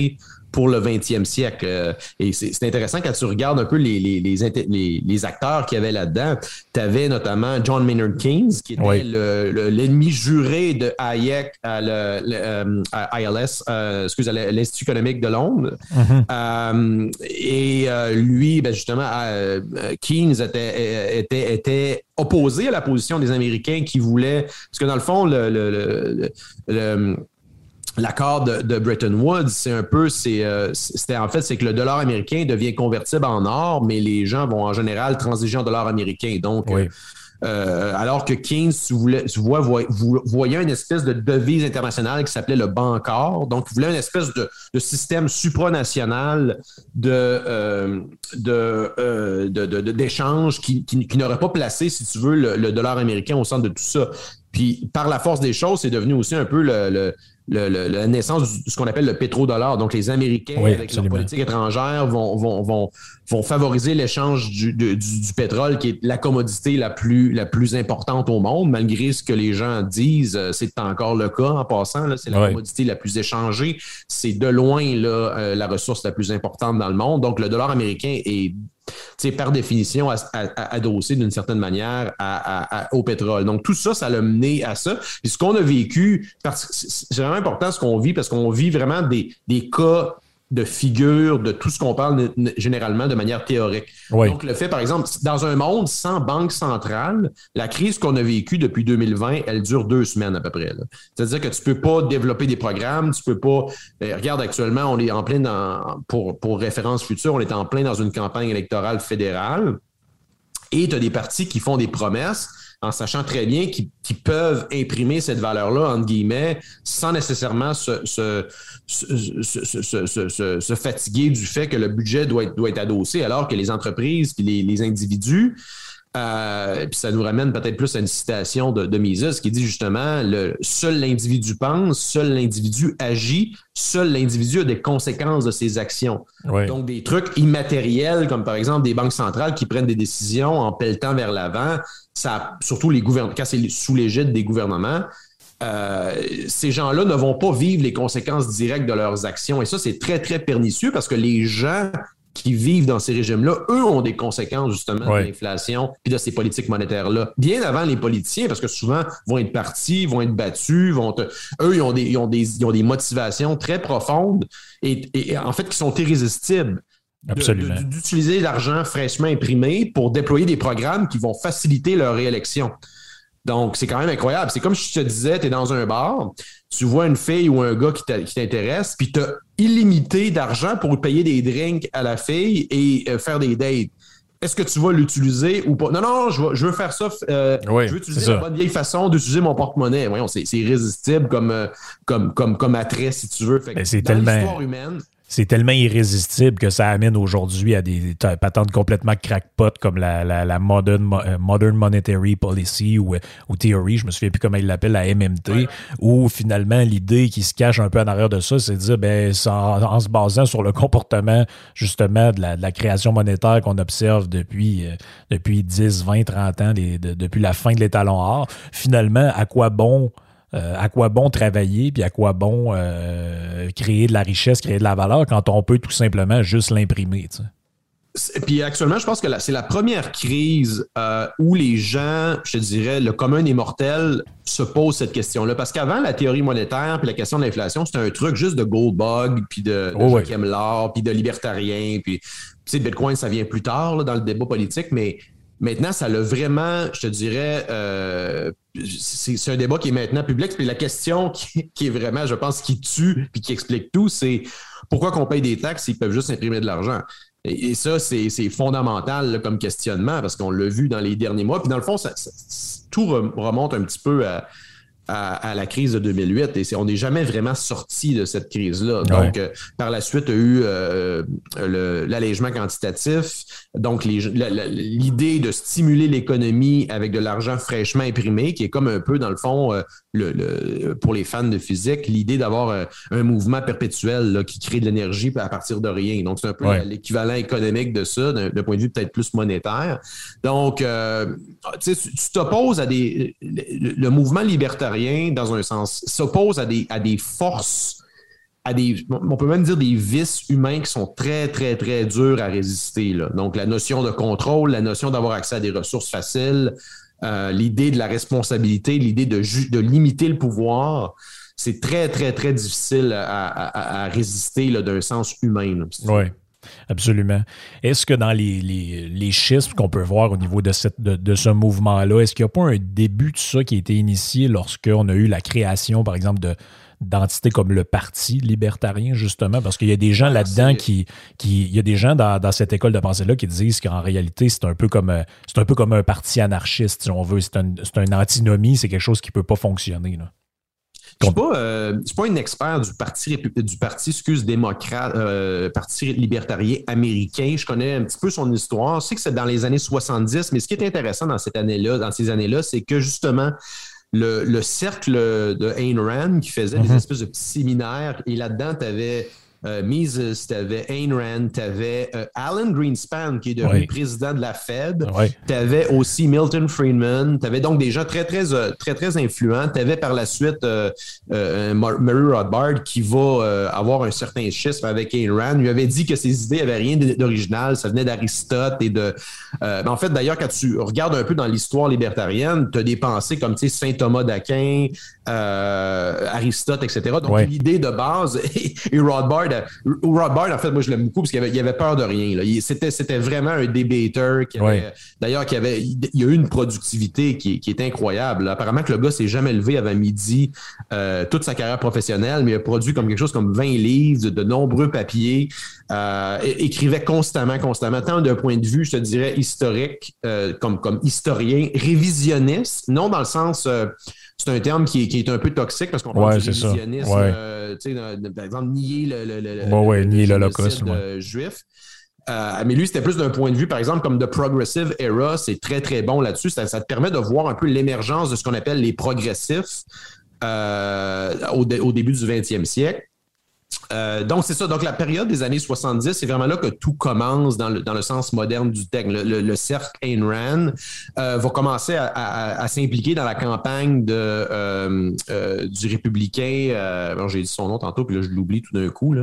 pour le vingtième siècle. Et c'est, c'est intéressant quand tu regardes un peu les, les, les, les, les acteurs qu'il y avait là-dedans. Tu avais notamment John Maynard Keynes, qui était oui. le, le, l'ennemi juré de Hayek à, le, le, à I L S, euh, excuse, à l'Institut économique de Londres. Mm-hmm. Euh, et euh, lui, ben justement, euh, Keynes était, était, était opposé à la position des Américains qui voulaient... Parce que dans le fond, le... le, le, le l'accord de, de Bretton Woods, c'est un peu, c'est, euh, c'était en fait, c'est que le dollar américain devient convertible en or, mais les gens vont en général transiger en dollar américain. Donc, oui. euh, alors que Keynes, tu, voulais, tu vois, voy, voyait une espèce de devise internationale qui s'appelait le Bancor. Donc, il voulait une espèce de, de système supranational de, euh, de, euh, de, de, de, d'échange qui, qui, qui n'aurait pas placé, si tu veux, le, le dollar américain au centre de tout ça. Puis, par la force des choses, c'est devenu aussi un peu le... le Le, le, la naissance de ce qu'on appelle le pétrodollar. Donc, les Américains, oui, avec absolument. Leur politique étrangère, vont, vont, vont, vont favoriser l'échange du, de, du, du pétrole, qui est la commodité la plus, la plus importante au monde, malgré ce que les gens disent. C'est encore le cas en passant. Là, c'est la oui. commodité la plus échangée. C'est de loin là, euh, la ressource la plus importante dans le monde. Donc, le dollar américain est... C'est par définition à, à, à adossé d'une certaine manière à, à, à, au pétrole. Donc, tout ça, ça l'a mené à ça. Puis ce qu'on a vécu, parce que c'est vraiment important ce qu'on vit, parce qu'on vit vraiment des, des cas de figure de tout ce qu'on parle généralement de manière théorique. Oui. Donc, le fait, par exemple, dans un monde sans banque centrale, la crise qu'on a vécue depuis deux mille vingt, elle dure deux semaines à peu près. Là. C'est-à-dire que tu peux pas développer des programmes, tu peux pas... Euh, regarde, actuellement, on est en plein dans... Pour, pour référence future, on est en plein dans une campagne électorale fédérale et tu as des partis qui font des promesses en sachant très bien qu'ils, qu'ils peuvent imprimer cette valeur-là, entre guillemets, sans nécessairement se, se, se, se, se, se, se, se fatiguer du fait que le budget doit être, doit être adossé, alors que les entreprises et les, les individus, euh, puis ça nous ramène peut-être plus à une citation de, de Mises qui dit justement le, « Seul l'individu pense, seul l'individu agit, seul l'individu a des conséquences de ses actions. Oui. » Donc, des trucs immatériels, comme par exemple des banques centrales qui prennent des décisions en pelletant vers l'avant, ça, surtout les gouvernements, quand c'est sous l'égide des gouvernements, euh, ces gens-là ne vont pas vivre les conséquences directes de leurs actions. Et ça, c'est très, très pernicieux parce que les gens qui vivent dans ces régimes-là, eux ont des conséquences justement oui. de l'inflation puis de ces politiques monétaires-là. Bien avant les politiciens, parce que souvent vont être partis, vont être battus, vont te... eux, ils ont, des, ils, ont des, ils ont des motivations très profondes et, et en fait qui sont irrésistibles. Absolument. De, de, d'utiliser l'argent fraîchement imprimé pour déployer des programmes qui vont faciliter leur réélection. Donc, c'est quand même incroyable. C'est comme si je te disais, tu es dans un bar, tu vois une fille ou un gars qui, qui t'intéresse, puis tu as illimité d'argent pour payer des drinks à la fille et euh, faire des dates. Est-ce que tu vas l'utiliser ou pas? Non, non, je veux, je veux faire ça. Euh, oui, je veux utiliser la bonne vieille façon d'utiliser mon porte-monnaie. Voyons, c'est, c'est irrésistible comme, euh, comme, comme, comme attrait, si tu veux. Fait que c'est dans tellement... l'histoire humaine... C'est tellement irrésistible que ça amène aujourd'hui à des patentes complètement crackpot comme la, la, la modern, modern Monetary Policy ou, ou Theory, je me souviens plus comment ils l'appellent, la M M T, ouais. Où finalement l'idée qui se cache un peu en arrière de ça, c'est de dire, ben, en, en se basant sur le comportement justement de la, de la création monétaire qu'on observe depuis, euh, depuis dix, vingt, trente ans, les, de, depuis la fin de l'étalon or, finalement, à quoi bon... Euh, à quoi bon travailler puis à quoi bon euh, créer de la richesse, créer de la valeur quand on peut tout simplement juste l'imprimer, tu sais. Puis actuellement, je pense que la, c'est la première crise euh, où les gens, je te dirais, le commun des mortels se posent cette question-là. Parce qu'avant, la théorie monétaire puis la question de l'inflation, c'était un truc juste de Goldbug puis de, de oh, gens qui aiment l'art puis de libertariens. Puis, tu sais, Bitcoin, ça vient plus tard là, dans le débat politique, mais maintenant, ça l'a vraiment, je te dirais, euh, c'est, c'est un débat qui est maintenant public. Puis la question qui, qui est vraiment, je pense, qui tue puis qui explique tout, c'est pourquoi qu'on paye des taxes s'ils peuvent juste imprimer de l'argent? Et, et ça, c'est, c'est fondamental là, comme questionnement parce qu'on l'a vu dans les derniers mois. Puis dans le fond, ça, ça, tout remonte un petit peu à... À, à la crise de deux mille huit et c'est, on n'est jamais vraiment sorti de cette crise-là. Donc, ouais. euh, par la suite, il y a eu euh, le, l'allègement quantitatif, donc les, la, la, l'idée de stimuler l'économie avec de l'argent fraîchement imprimé, qui est comme un peu, dans le fond, euh, le, le, pour les fans de physique, l'idée d'avoir euh, un mouvement perpétuel là, qui crée de l'énergie à partir de rien. Donc, c'est un peu ouais. l'équivalent économique de ça, d'un, d'un point de vue peut-être plus monétaire. Donc, euh, tu sais, tu t'opposes à des... Le, le mouvement libertarien, dans un sens, s'oppose à des, à des forces à des, on peut même dire des vices humains qui sont très, très, très durs à résister, là. Donc, la notion de contrôle, la notion d'avoir accès à des ressources faciles, euh, l'idée de la responsabilité, l'idée de, ju- de limiter le pouvoir, c'est très, très, très difficile à, à, à résister là, d'un sens humain. Oui. Absolument. Est-ce que dans les, les, les schismes qu'on peut voir au niveau de, cette, de, de ce mouvement-là, est-ce qu'il n'y a pas un début de ça qui a été initié lorsqu'on a eu la création, par exemple, de, d'entités comme le Parti libertarien, justement? Parce qu'il y a des gens ah, là-dedans c'est... qui, qui... Il y a des gens dans, dans cette école de pensée-là qui disent qu'en réalité, c'est un peu comme, c'est un peu comme un parti anarchiste, si on veut. C'est un, c'est un antinomie, c'est quelque chose qui ne peut pas fonctionner, là. Je ne suis pas, euh, pas un expert du parti, du parti excuse, démocrate, euh, parti libertarien américain. Je connais un petit peu son histoire. Je sais que c'est dans les années soixante-dix, mais ce qui est intéressant dans cette année-là, dans ces années-là, c'est que justement, le, le cercle de Ayn Rand qui faisait mm-hmm. des espèces de petits séminaires, et là-dedans, tu avais euh, Mises, tu avais Ayn Rand, tu avais euh, Alan Greenspan, qui est devenu oui. président de la Fed, oui. tu avais aussi Milton Friedman, tu avais donc des gens très, très, très, très, très influents. Tu avais par la suite euh, euh, Murray Rothbard qui va euh, avoir un certain schisme avec Ayn Rand. Il lui avait dit que ses idées n'avaient rien d'original, ça venait d'Aristote et de... Euh, ben en fait, d'ailleurs, quand tu regardes un peu dans l'histoire libertarienne, tu as des pensées comme Saint Thomas d'Aquin, euh, Aristote, et cetera. Donc, oui. l'idée de base, et, et Rothbard, Rothbard, en fait, moi, je l'aime beaucoup parce qu'il avait, il avait peur de rien. Là. Il, c'était, c'était vraiment un débatteur. Qui avait, oui. D'ailleurs, qui avait, il y a eu une productivité qui, qui est incroyable. Là. Apparemment que le gars s'est jamais levé avant midi euh, toute sa carrière professionnelle, mais il a produit comme quelque chose comme vingt livres, de, de nombreux papiers, euh, é- écrivait constamment, constamment, tant d'un point de vue, je te dirais, historique, euh, comme, comme historien, révisionniste, non dans le sens... Euh, c'est un terme qui est, qui est un peu toxique parce qu'on parle ouais, du révisionnisme, ouais. euh, tu sais, par exemple, nier le, le, le, bon, ouais, le, nier le l'Holocauste ouais. juif. Euh, mais lui, c'était plus d'un point de vue, par exemple, comme The Progressive Era, c'est très, très bon là-dessus. Ça, ça te permet de voir un peu l'émergence de ce qu'on appelle les progressifs euh, au, dé, au début du vingtième siècle. Euh, donc, c'est ça. Donc, la période des années soixante-dix, c'est vraiment là que tout commence dans le, dans le sens moderne du terme. Le, le, le cercle Ayn Rand euh, va commencer à, à, à s'impliquer dans la campagne de, euh, euh, du républicain. Euh, bon, j'ai dit son nom tantôt, puis là, je l'oublie tout d'un coup. Là.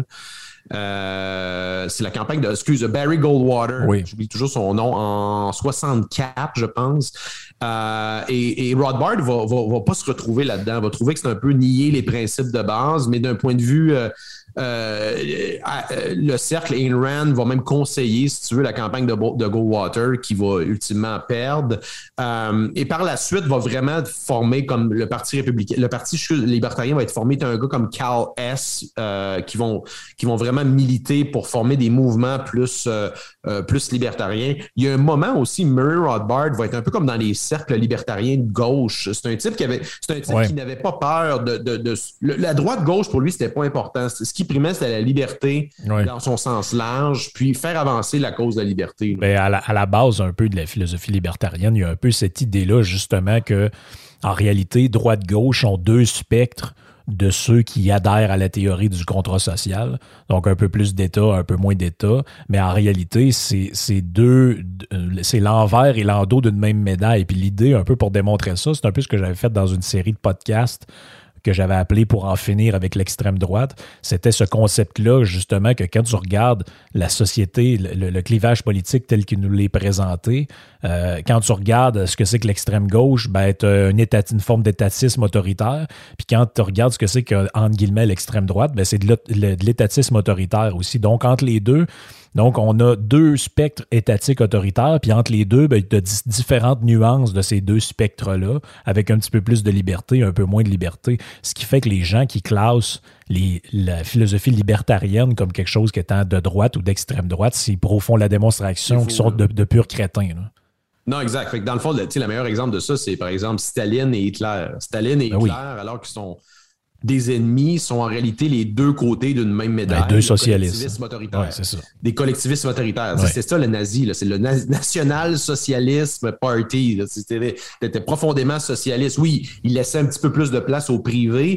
Euh, c'est la campagne de, excuse, Barry Goldwater. Oui. J'oublie toujours son nom, en soixante-quatre, je pense. Euh, et, et Rothbard va, va, va pas se retrouver là-dedans. Va trouver que c'est un peu nier les principes de base, mais d'un point de vue... Euh, Euh, euh, le cercle Ayn Rand va même conseiller, si tu veux, la campagne de, de Goldwater qui va ultimement perdre. Euh, et par la suite, va vraiment former comme le Parti républicain. Le Parti libertarien va être formé d'un gars comme Cal Hess euh, qui vont qui vont vraiment militer pour former des mouvements plus, euh, euh, plus libertariens. Il y a un moment aussi, Murray Rothbard va être un peu comme dans les cercles libertariens de gauche. C'est un type qui avait, c'est un type ouais. qui n'avait pas peur de, de, de, de la droite-gauche pour lui, c'était pas important. Ce qui primait, c'était la liberté oui. dans son sens large, puis faire avancer la cause de la liberté. Bien, à, la, à la base un peu de la philosophie libertarienne, il y a un peu cette idée-là, justement, que en réalité, droite-gauche ont deux spectres de ceux qui adhèrent à la théorie du contrat social. Donc, un peu plus d'État, un peu moins d'État. Mais en réalité, c'est, c'est deux, c'est l'envers et l'endos d'une même médaille. Puis l'idée, un peu pour démontrer ça, c'est un peu ce que j'avais fait dans une série de podcasts que j'avais appelé Pour en finir avec l'extrême droite. C'était ce concept-là, justement, que quand tu regardes la société, le, le clivage politique tel qu'il nous l'est présenté, euh, quand tu regardes ce que c'est que l'extrême gauche, ben, tu as une, état, une forme d'étatisme autoritaire. Puis quand tu regardes ce que c'est que, entre guillemets, l'extrême droite, ben, c'est de, de l'étatisme autoritaire aussi. Donc, entre les deux, donc, on a deux spectres étatiques autoritaires, puis entre les deux, ben, il y a d- différentes nuances de ces deux spectres-là, avec un petit peu plus de liberté, un peu moins de liberté, ce qui fait que les gens qui classent les, la philosophie libertarienne comme quelque chose qui étant de droite ou d'extrême droite, c'est pour au fond la démonstration qu'ils sont de, de purs crétins. Là. Non, exact. Fait que dans le fond, le, le meilleur exemple de ça, c'est par exemple Staline et Hitler. Staline et Hitler, ben oui. alors qu'ils sont... des ennemis, sont en réalité les deux côtés d'une même médaille. Ben, deux socialistes. Collectivisme autoritaire. Ouais, c'est ça. Des collectivismes autoritaires. Ouais. C'est ça le nazi. Là. C'est le na- National Socialisme Party. Là. C'était, c'était profondément socialiste. Oui, il laissait un petit peu plus de place au privé,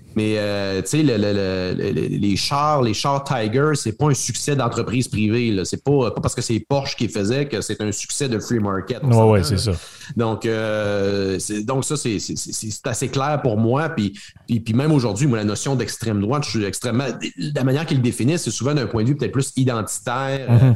Mais euh, tu sais, le, le, le, le, les chars, les chars Tiger, c'est pas un succès d'entreprise privée. Là. C'est pas, pas parce que c'est Porsche qui faisait que c'est un succès de free market. Oui, ouais, c'est ça. Donc, euh, c'est, donc ça, c'est, c'est, c'est, c'est assez clair pour moi. Puis, puis, puis même aujourd'hui, moi, la notion d'extrême droite, je suis extrêmement. La manière qu'ils le définissent, c'est souvent d'un point de vue peut-être plus identitaire. Mm-hmm.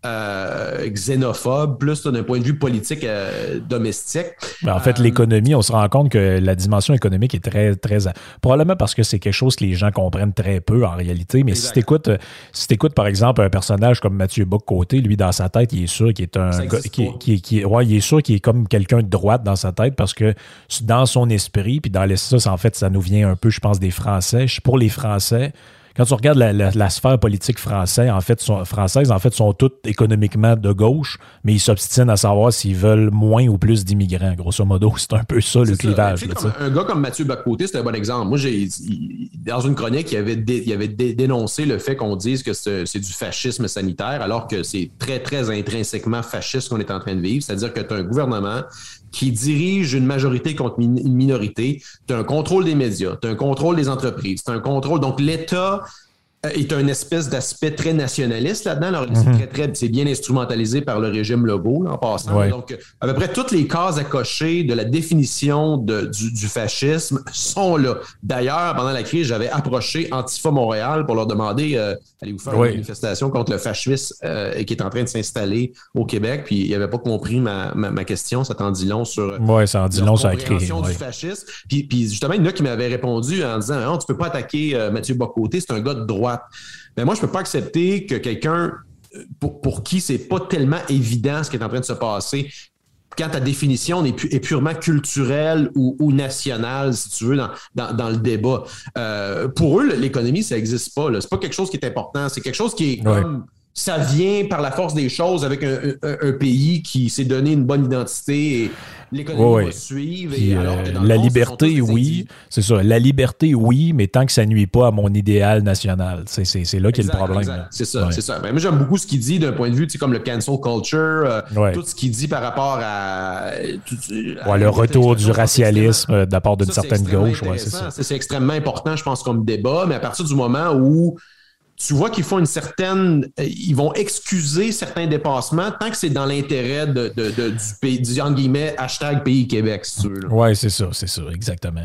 Euh, xénophobe, plus là, d'un point de vue politique euh, domestique. Ben, en fait, euh, l'économie, on se rend compte que la dimension économique est très, très... Probablement parce que c'est quelque chose que les gens comprennent très peu en réalité, mais exact. si tu écoutes, si t'écoutes, par exemple, un personnage comme Mathieu Bock-Côté, lui, dans sa tête, il est sûr qu'il est un... Gars, qui, qui, qui, ouais, il est sûr qu'il est comme quelqu'un de droite dans sa tête parce que dans son esprit, puis dans l'essence, en fait, ça nous vient un peu, je pense, des Français. Pour les Français, quand tu regardes la, la, la sphère politique française, en fait, sont, française, en fait, sont toutes économiquement de gauche, mais ils s'obstinent à savoir s'ils veulent moins ou plus d'immigrants. Grosso modo, c'est un peu ça, c'est le ça. clivage. Là, comme un gars comme Mathieu Bock-Côté, c'est un bon exemple. Moi, j'ai il, dans une chronique, il avait, dé, il avait dé, dénoncé le fait qu'on dise que c'est, c'est du fascisme sanitaire, alors que c'est très, très intrinsèquement fasciste qu'on est en train de vivre. C'est-à-dire que tu as un gouvernement qui dirige une majorité contre une minorité. Tu as un contrôle des médias, tu as un contrôle des entreprises, tu as un contrôle... Donc, l'État est un espèce d'aspect très nationaliste là-dedans. Alors, mm-hmm. c'est, très, très, c'est bien instrumentalisé par le régime Legault, là, en passant. Ouais. Donc, à peu près toutes les cases à cocher de la définition de, du, du fascisme sont là. D'ailleurs, pendant la crise, j'avais approché Antifa Montréal pour leur demander euh, allez-vous faire ouais. une manifestation contre le fascisme euh, qui est en train de s'installer au Québec. Puis, ils n'avaient pas compris ma, ma, ma question. Ça t'en dit long sur ouais, ça en dit long, ça a créé, du ouais. fascisme. Puis, puis, justement, il y en a qui m'avaient répondu en disant non, tu peux pas attaquer euh, Mathieu Bock-Côté, c'est un gars de droite. Mais moi, je ne peux pas accepter que quelqu'un pour, pour qui c'est pas tellement évident ce qui est en train de se passer, quand ta définition est, pu, est purement culturelle ou, ou nationale, si tu veux, dans, dans, dans le débat. Euh, pour eux, l'économie, ça n'existe pas. Là. C'est pas quelque chose qui est important. C'est quelque chose qui est ouais. comme... Ça vient par la force des choses avec un, un, un pays qui s'est donné une bonne identité et l'économie ouais, va suivre. Et euh, alors que dans la le fond, liberté, oui, c'est ça. La liberté, oui, mais tant que ça ne nuit pas à mon idéal national. C'est, c'est, c'est là qu'il y a le problème. Là. C'est ça, ouais. c'est ça. Mais moi, j'aime beaucoup ce qu'il dit d'un point de vue, tu sais, comme le cancel culture, euh, ouais. tout ce qu'il dit par rapport à... Tout, à ouais, le retour du racialisme de la part d'une ça, certaine gauche. Ouais, c'est, ça. C'est, c'est extrêmement important, je pense, comme débat, mais à partir du moment où tu vois qu'ils font une certaine... Ils vont excuser certains dépassements tant que c'est dans l'intérêt de, de, de, du pays, du, entre guillemets, hashtag Pays Québec, si tu veux. Oui, c'est ça, c'est ça, exactement.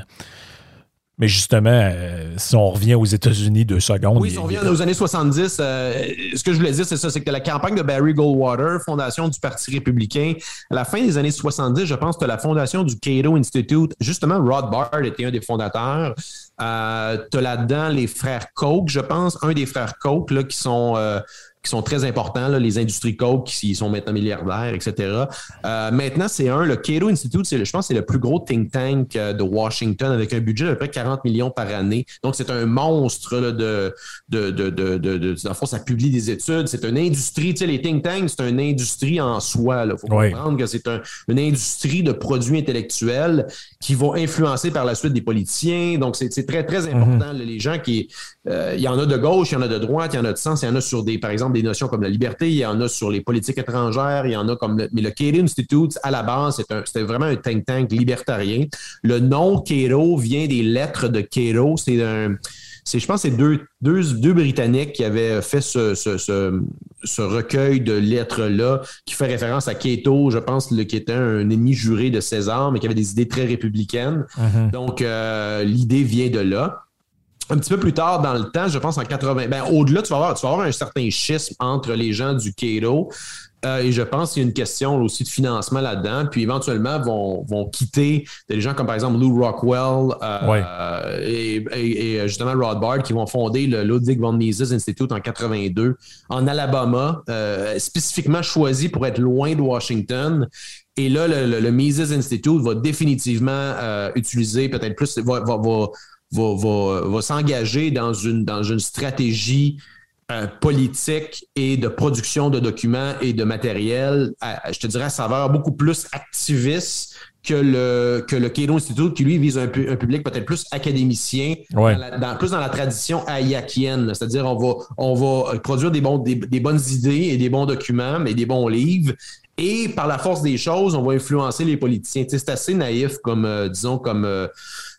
Mais justement, euh, si on revient aux États-Unis deux secondes... Oui, si on revient aux années soixante-dix, euh, ce que je voulais dire, c'est ça, c'est que la campagne de Barry Goldwater, fondation du Parti républicain, à la fin des années soixante-dix, je pense que la fondation du Cato Institute, justement, Rod Bard était un des fondateurs. Euh, tu as là-dedans les frères Koch, je pense, un des frères Koch là, qui sont... Euh, qui sont très importants, là, les industries Koch qui sont maintenant milliardaires, et cetera. Euh, maintenant, c'est un, le Cato Institute, c'est le, je pense que c'est le plus gros think tank euh, de Washington avec un budget d'à peu près quarante millions par année. Donc, c'est un monstre là, de, de, de, de, de, de... Dans le fond, ça publie des études. C'est une industrie. Tu sais, les think tanks, c'est une industrie en soi. Il faut oui. comprendre que c'est un, une industrie de produits intellectuels qui vont influencer par la suite des politiciens. Donc, c'est, c'est très, très important. Mm-hmm. Là, les gens qui... Euh, il y en a de gauche, il y en a de droite, il y en a de centre, il y en a sur des, par exemple, des notions comme la liberté, il y en a sur les politiques étrangères, il y en a comme le, mais le Cato Institute, à la base, c'est un, c'était vraiment un think tank libertarien. Le nom Cato vient des lettres de Cato, c'est un, c'est, je pense que c'est deux, deux, deux Britanniques qui avaient fait ce, ce, ce, ce recueil de lettres-là, qui fait référence à Cato, je pense, le, qui était un ennemi juré de César, mais qui avait des idées très républicaines. Mm-hmm. Donc, euh, l'idée vient de là. Un petit peu plus tard dans le temps, je pense en quatre-vingts, ben au-delà, tu vas avoir, tu vas avoir un certain schisme entre les gens du Cato. Euh, et je pense qu'il y a une question aussi de financement là-dedans. Puis éventuellement, vont, vont quitter des gens comme par exemple Lou Rockwell euh, ouais. et, et, et justement Rod Bard qui vont fonder le Ludwig von Mises Institute en quatre-vingt-deux en Alabama, euh, spécifiquement choisi pour être loin de Washington. Et là, le, le, le Mises Institute va définitivement euh, utiliser peut-être plus... va, va, va Va, va, va s'engager dans une, dans une stratégie euh, politique et de production de documents et de matériel, à, je te dirais, à saveur beaucoup plus activiste que le, que le Cato Institute, qui lui vise un, un public peut-être plus académicien, ouais. dans la, dans, plus dans la tradition hayakienne. C'est-à-dire, on va, on va produire des, bons, des, des bonnes idées et des bons documents, mais des bons livres. Et par la force des choses, on va influencer les politiciens. Tu sais, c'est assez naïf comme, euh, disons, comme... Euh,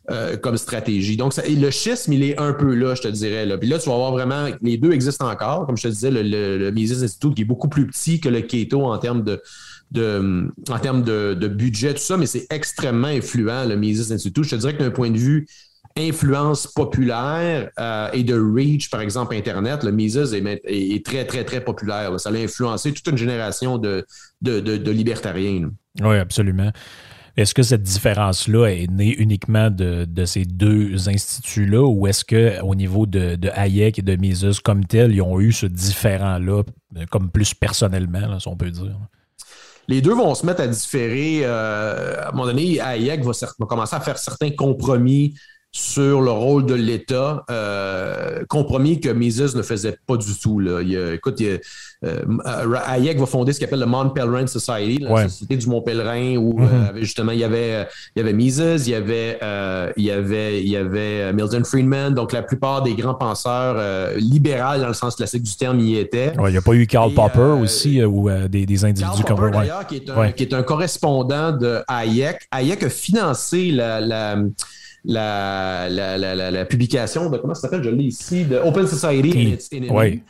euh, comme stratégie. Donc, ça, le schisme, il est un peu là, je te dirais. Là. Puis là, tu vas voir vraiment, les deux existent encore. Comme je te disais, le, le, le Mises Institute, qui est beaucoup plus petit que le Cato en termes de, de, en termes de, de budget, tout ça, mais c'est extrêmement influent, le Mises Institute. Je te dirais que d'un point de vue influence populaire euh, et de reach, par exemple, Internet, le Mises est, est très, très, très populaire. Là. Ça a influencé toute une génération de, de, de, de libertariens. Là. Oui, absolument. Est-ce que cette différence-là est née uniquement de, de ces deux instituts-là ou est-ce qu'au niveau de, de Hayek et de Mises comme tel, ils ont eu ce différent-là comme plus personnellement, là, si on peut dire? Les deux vont se mettre à différer. Euh, à un moment donné, Hayek va, va commencer à faire certains compromis sur le rôle de l'État, euh, compromis que Mises ne faisait pas du tout. Là. Il, écoute, il, euh, Hayek va fonder ce qu'il appelle le Mont Pelerin Society, la ouais. Société du Mont Pèlerin, où mm-hmm. euh, justement il y avait, il y avait Mises, il y avait, euh, il y avait, il y avait Milton Friedman, donc la plupart des grands penseurs euh, libéraux dans le sens classique du terme y étaient. Ouais, il n'y a pas eu Karl Et, Popper euh, aussi, euh, ou euh, des, des individus Karl comme Popper, d'ailleurs, qui est, un, ouais. qui est un correspondant de Hayek. Hayek a financé la... la La, la, la, la, la publication de, comment ça s'appelle, je l'ai ici, de Open Society and its Enemy. Oui.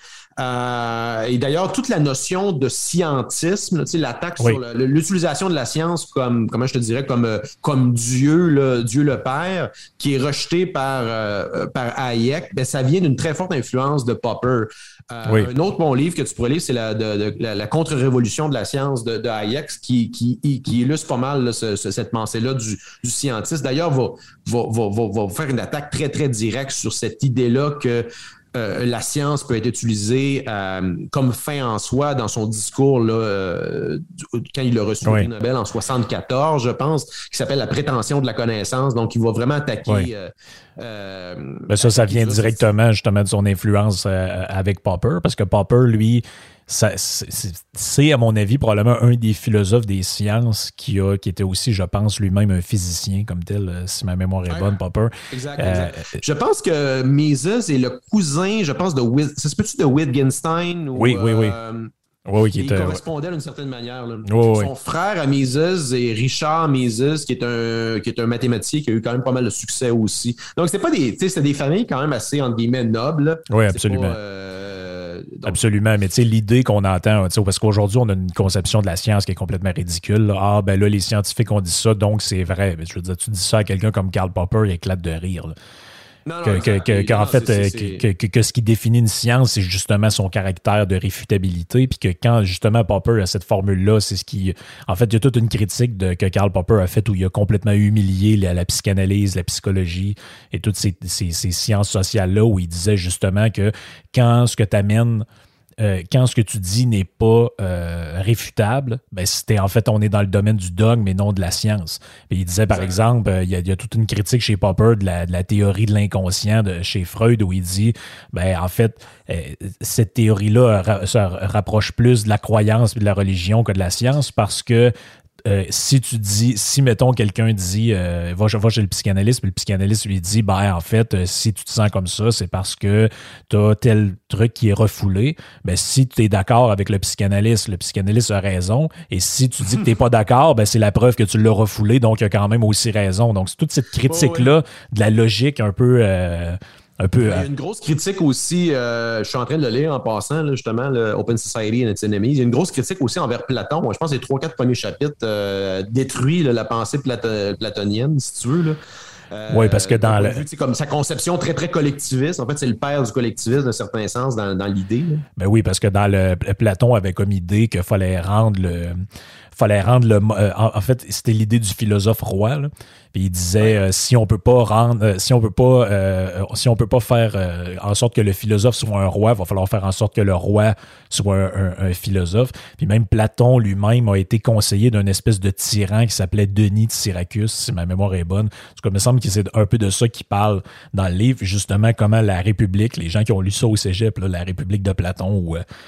Euh, et d'ailleurs, toute la notion de scientisme, l'attaque oui. sur le, l'utilisation de la science comme, comment je te dirais, comme, comme Dieu, là, Dieu le Père, qui est rejeté par, euh, par Hayek, ben, ça vient d'une très forte influence de Popper. Euh, oui. Un autre bon livre que tu pourrais lire, c'est la, de, de, la, la contre-révolution de la science de, de Hayek, qui, qui, qui illustre pas mal là, ce, ce, cette pensée-là du, du scientiste. D'ailleurs, va, va, va, va, va faire une attaque très, très directe sur cette idée-là que Euh, la science peut être utilisée euh, comme fin en soi dans son discours là, euh, quand il a reçu oui. le prix Nobel en soixante-quatorze, je pense, qui s'appelle La prétention de la connaissance. Donc, il va vraiment attaquer... Oui. Euh, euh, ben ça, ça vient directement justement de son influence euh, avec Popper, parce que Popper, lui, ça, c'est, c'est, à mon avis, probablement un des philosophes des sciences qui a, qui était aussi, je pense, lui-même un physicien comme tel, si ma mémoire est bonne, Popper. Exact, euh, exact. Je pense que Mises est le cousin, je pense, de Wittgenstein. Ça se peut-tu de Wittgenstein? Ou, oui, oui, oui. Euh, Oui, oui, qui il était, correspondait d'une certaine manière. Là. Oui, Son oui. frère à Mises est Richard Mises, qui est un qui est un mathématicien qui a eu quand même pas mal de succès aussi. Donc, c'est pas des, c'est des familles quand même assez, entre guillemets, nobles. Oui, absolument. Pas, euh, donc... Absolument. Mais tu sais, l'idée qu'on entend, parce qu'aujourd'hui, on a une conception de la science qui est complètement ridicule. Là. Ah, ben là, les scientifiques ont dit ça, donc c'est vrai. Mais je veux dire, tu dis ça à quelqu'un comme Karl Popper, il éclate de rire. Là. Non, non, que, que, que, que, en fait, c'est, c'est... Que, que, que ce qui définit une science, c'est justement son caractère de réfutabilité, puis que quand justement Popper a cette formule-là, c'est ce qui... En fait, il y a toute une critique de, que Karl Popper a faite où il a complètement humilié la, la psychanalyse, la psychologie et toutes ces, ces, ces sciences sociales-là, où il disait justement que quand ce que tu amènes... Euh, quand ce que tu dis n'est pas euh, réfutable, ben c'était en fait on est dans le domaine du dogme mais non de la science. Puis il disait par exact. exemple, il euh, y, y a toute une critique chez Popper de la, de la théorie de l'inconscient de chez Freud où il dit ben en fait euh, cette théorie-là ra- se rapproche plus de la croyance et de la religion que de la science parce que Euh, si tu dis, si mettons quelqu'un dit euh, va, va chez le psychanalyste, puis le psychanalyste lui dit ben en fait, euh, si tu te sens comme ça, c'est parce que tu as tel truc qui est refoulé. Ben si tu es d'accord avec le psychanalyste, le psychanalyste a raison. Et si tu dis que tu n'es pas d'accord, ben c'est la preuve que tu l'as refoulé, donc il a quand même aussi raison. Donc c'est toute cette critique-là oh, oui. de la logique un peu. Euh, Un peu, il y a une grosse critique aussi, euh, je suis en train de le lire en passant, là, justement, le Open Society and its Enemies. Il y a une grosse critique aussi envers Platon. Je pense que les trois quatre premiers chapitres euh, détruisent là, la pensée plato- platonienne, si tu veux. Là. Euh, oui, parce que dans le... Vue, c'est comme sa conception très, très collectiviste. En fait, c'est le père du collectivisme, d'un certain sens, dans, dans l'idée. Là. Ben oui, parce que dans le Platon avait comme idée qu'il fallait rendre le... fallait rendre le... Euh, en, en fait, c'était l'idée du philosophe roi, là. Puis il disait ouais. euh, si on peut pas rendre, euh, si on peut pas, euh, si on peut pas faire euh, en sorte que le philosophe soit un roi, il va falloir faire en sorte que le roi soit un, un, un philosophe. Puis même Platon lui-même a été conseiller d'un espèce de tyran qui s'appelait Denis de Syracuse, si ma mémoire est bonne. Parce que il me semble que c'est un peu de ça qu'il parle dans le livre, justement comment la République, les gens qui ont lu ça au cégep, là, la République de Platon, où euh,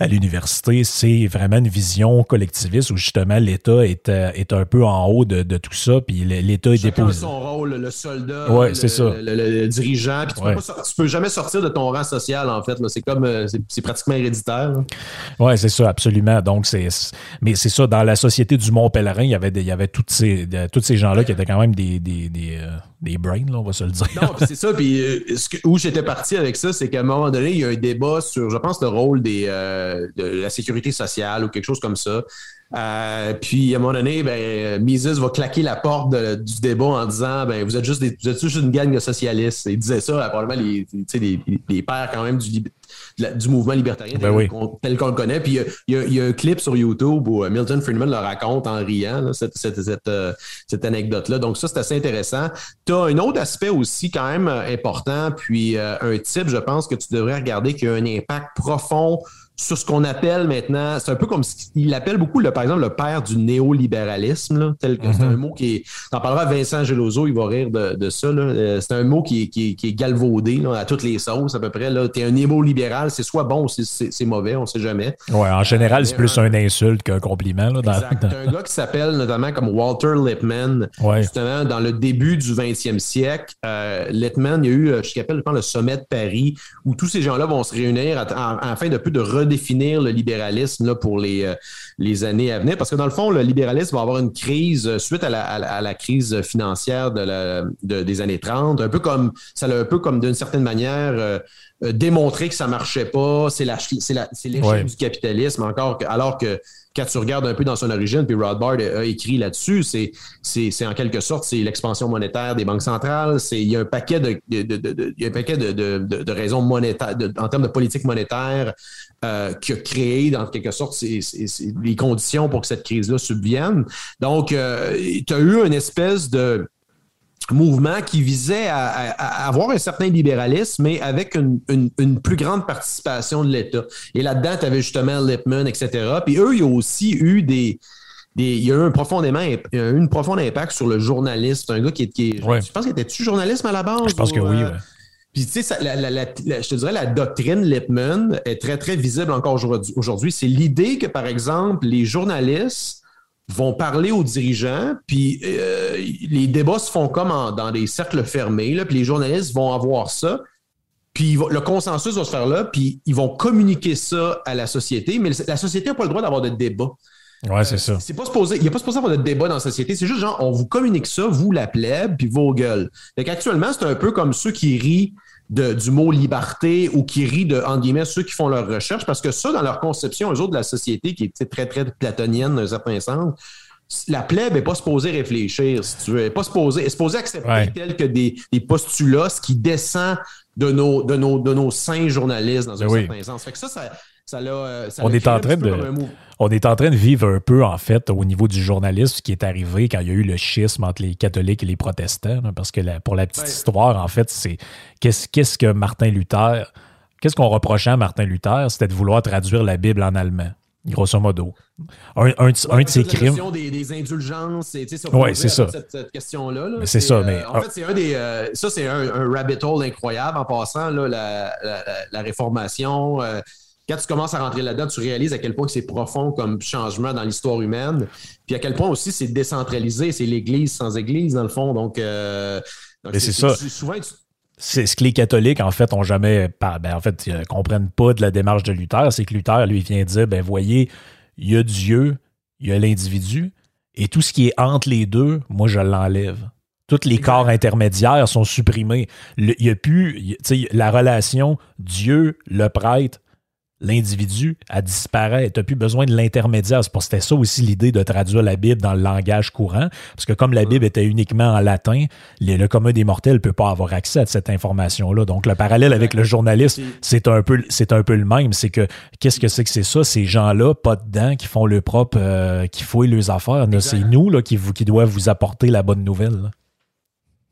à l'université, c'est vraiment une vision collectiviste où justement l'État est, est un peu en haut de, de tout ça, puis l'État est Chacun déposé. son rôle, le soldat, ouais, le, c'est ça. le, le, le dirigeant, puis tu, ouais. peux pas, tu peux jamais sortir de ton rang social, en fait. Là. C'est comme, c'est, c'est pratiquement héréditaire. Oui, c'est ça, absolument. Donc, c'est, mais c'est ça, dans la société du Mont-Pèlerin, il y avait, des, il y avait toutes ces, de, tous ces gens-là qui étaient quand même des, des, des, euh, des brains, là, on va se le dire. Non, puis c'est ça, puis euh, ce que, où j'étais parti avec ça, c'est qu'à un moment donné, il y a un débat sur, je pense, le rôle des, euh, de la sécurité sociale ou quelque chose comme ça. Euh, puis à un moment donné, ben, Mises va claquer la porte de, du débat en disant ben vous êtes juste des, vous êtes juste une gang de socialistes. Et il disait ça, probablement les, les, les pères quand même du, du mouvement libertarien ben tel, oui. qu'on, tel qu'on le connaît. Puis il y, a, il y a un clip sur YouTube où Milton Friedman le raconte en riant, là, cette, cette, cette, euh, cette anecdote-là. Donc ça, c'est assez intéressant. Tu as un autre aspect aussi quand même important, puis euh, un type, je pense, que tu devrais regarder qui a un impact profond sur ce qu'on appelle maintenant, c'est un peu comme il appelle beaucoup, le, par exemple, le père du néolibéralisme, là, tel que mm-hmm. c'est un mot qui est. T'en parleras à Vincent Geloso, il va rire de, de ça. Là. C'est un mot qui est, qui est, qui est galvaudé là, à toutes les sauces, à peu près. Là. T'es un néolibéral, c'est soit bon ou c'est, c'est, c'est mauvais, on ne sait jamais. Ouais, en général, euh, c'est plus un, une insulte qu'un compliment. Là, dans... Exact. T'as un gars qui s'appelle notamment comme Walter Lippmann, ouais. justement, dans le début du vingtième siècle. Euh, Lippmann, il y a eu, je l'appelle, je pense, le sommet de Paris, où tous ces gens-là vont se réunir afin de peu de redéfinir le libéralisme là, pour les, euh, les années à venir. Parce que dans le fond, le libéralisme va avoir une crise euh, suite à la, à, à la crise financière de la, de, des années trente. Un peu comme, ça l'a un peu comme d'une certaine manière euh, euh, démontré que ça marchait pas. C'est, la, c'est, la, c'est l'échec ouais. du capitalisme encore, que, alors que quand tu regardes un peu dans son origine, puis Rothbard a écrit là-dessus, c'est, c'est, c'est en quelque sorte, c'est l'expansion monétaire des banques centrales. C'est, il y a un paquet de, de, de, de, de, il y a un paquet de, de, de, de raisons monétaires, de, en termes de politique monétaire, euh, qui a créé, dans quelque sorte, c'est, c'est, c'est les conditions pour que cette crise-là subvienne. Donc, euh, tu as eu une espèce de mouvement qui visait à, à, à avoir un certain libéralisme, mais avec une, une, une plus grande participation de l'État. Et là-dedans, tu avais justement Lippmann, et cetera. Puis eux, ils ont aussi eu des... des il y a eu un, profondément, une profonde impact sur le journalisme. C'est un gars qui est... Qui est ouais. Je pense qu'il était-tu journaliste à la base? Je pense ou, que oui, euh, ouais. Puis, tu sais, la, la, la, la, je te dirais, la doctrine Lippmann est très, très visible encore aujourd'hui. aujourd'hui. C'est l'idée que, par exemple, les journalistes vont parler aux dirigeants, puis euh, les débats se font comme en, dans des cercles fermés, là, puis les journalistes vont avoir ça, puis le consensus va se faire là, puis ils vont communiquer ça à la société, mais la société n'a pas le droit d'avoir de débat. Ouais, c'est euh, ça. C'est pas supposé, il n'y a pas supposé avoir de débat dans la société, c'est juste genre, on vous communique ça, vous, la plèbe, puis vos gueules. Fait qu'actuellement, c'est un peu comme ceux qui rient De, du mot liberté ou qui rient de, entre guillemets, ceux qui font leur recherche, parce que ça, dans leur conception, eux autres, de la société, qui est très, très platonienne dans un certain sens, la plèbe n'est pas supposée réfléchir, si tu veux. Elle n'est pas supposée, elle est supposée accepter ouais. tel que des, des postulats, ce qui descend de nos, de nos, de nos saints journalistes dans un oui. certain sens. Fait que ça, ça Ça l'a, ça on, est en train de, on est en train de vivre un peu, en fait, au niveau du journalisme, ce qui est arrivé quand il y a eu le schisme entre les catholiques et les protestants. Là, parce que la, pour la petite ouais. histoire, en fait, c'est qu'est-ce, qu'est-ce que Martin Luther, qu'est-ce qu'on reprochait à Martin Luther? C'était de vouloir traduire la Bible en allemand, grosso modo. Un, un, ouais, un de ses crimes. La des, des indulgences, tu sais, oui, c'est ça. Cette, cette question-là. Là, mais c'est, c'est ça. Mais, euh, en fait, c'est un des. Euh, ça, c'est un, un rabbit hole incroyable en passant, là, la, la, la Réformation. Euh, Quand tu commences à rentrer là-dedans, tu réalises à quel point c'est profond comme changement dans l'histoire humaine, puis à quel point aussi c'est décentralisé, c'est l'Église sans Église, dans le fond. Donc, euh, donc c'est, c'est, c'est ça. C'est, souvent, tu... c'est ce que les catholiques, en fait, ont jamais... Ben, en fait, ils ne comprennent pas de la démarche de Luther. C'est que Luther, lui, vient dire, ben voyez, il y a Dieu, il y a l'individu, et tout ce qui est entre les deux, moi, je l'enlève. Tous les exact. Corps intermédiaires sont supprimés. Le, il y a plus... Tu sais, la relation Dieu, le prêtre, l'individu, elle disparaît. Tu n'as plus besoin de l'intermédiaire. C'est pour, c'était ça aussi l'idée de traduire la Bible dans le langage courant. Parce que comme la Bible était uniquement en latin, le, le commun des mortels ne peut pas avoir accès à cette information-là. Donc, le parallèle avec le journalisme, c'est un peu, c'est un peu le même. C'est que, qu'est-ce que c'est que c'est ça? Ces gens-là, pas dedans, qui font le propre, euh, qui fouillent leurs affaires. Là, c'est nous là, qui, vous, qui doivent vous apporter la bonne nouvelle. Là.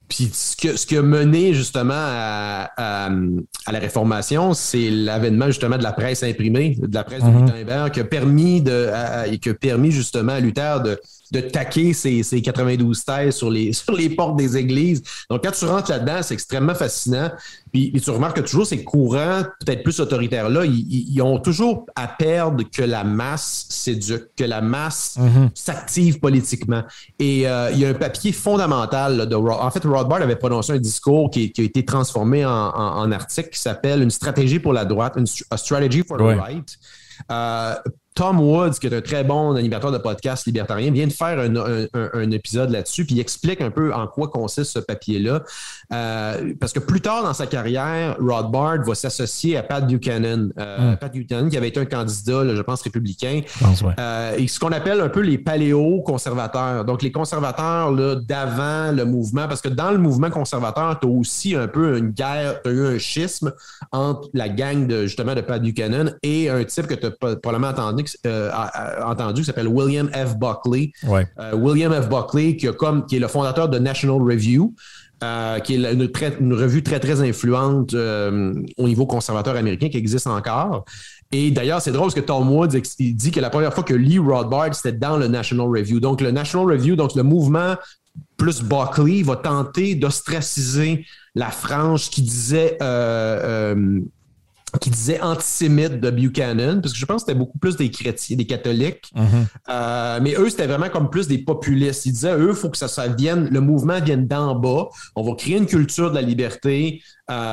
Puis ce, que, ce qui a mené justement à, à, à la Réformation, c'est l'avènement justement de la presse imprimée, de la presse mm-hmm. de Gutenberg, qui a permis de, à, et qui a permis justement à Luther de, de taquer ses, ses quatre-vingt-douze thèses sur les, sur les portes des églises. Donc quand tu rentres là-dedans, c'est extrêmement fascinant. Puis, puis tu remarques que toujours ces courants peut-être plus autoritaires-là, ils, ils ont toujours à perdre que la masse s'éduque, que la masse mm-hmm. s'active politiquement. Et euh, il y a un papier fondamental là, de en fait, Rothbard avait prononcé un discours qui, qui a été transformé en, en, en article qui s'appelle « Une stratégie pour la droite », une a strategy for the ouais. right. Euh, Tom Woods, qui est un très bon animateur de podcast libertarien, vient de faire un, un, un, un épisode là-dessus, puis il explique un peu en quoi consiste ce papier-là. Euh, parce que plus tard dans sa carrière, Rothbard va s'associer à Pat Buchanan. Euh, mm. Pat Buchanan, qui avait été un candidat, là, je pense, républicain. Je pense, ouais. euh, et ce qu'on appelle un peu les paléo-conservateurs. Donc, les conservateurs là, d'avant le mouvement, parce que dans le mouvement conservateur, tu as aussi un peu une guerre, tu as eu un schisme entre la gang de, justement de Pat Buchanan et un type que tu as probablement entendu Euh, entendu qui s'appelle William F. Buckley. Ouais. Euh, William F. Buckley, qui, a comme, qui est le fondateur de National Review, euh, qui est une, très, une revue très, très influente euh, au niveau conservateur américain qui existe encore. Et d'ailleurs, c'est drôle parce que Tom Woods il dit que la première fois que lit Rothbard, c'était dans le National Review. Donc, le National Review, donc le mouvement plus Buckley, va tenter d'ostraciser la frange qui disait... Euh, euh, qui disait antisémite de Buchanan, parce que je pense que c'était beaucoup plus des chrétiens, des catholiques. Mm-hmm. Euh, mais eux, c'était vraiment comme plus des populistes. Ils disaient, eux, il faut que ça, ça vienne, le mouvement vienne d'en bas. On va créer une culture de la liberté,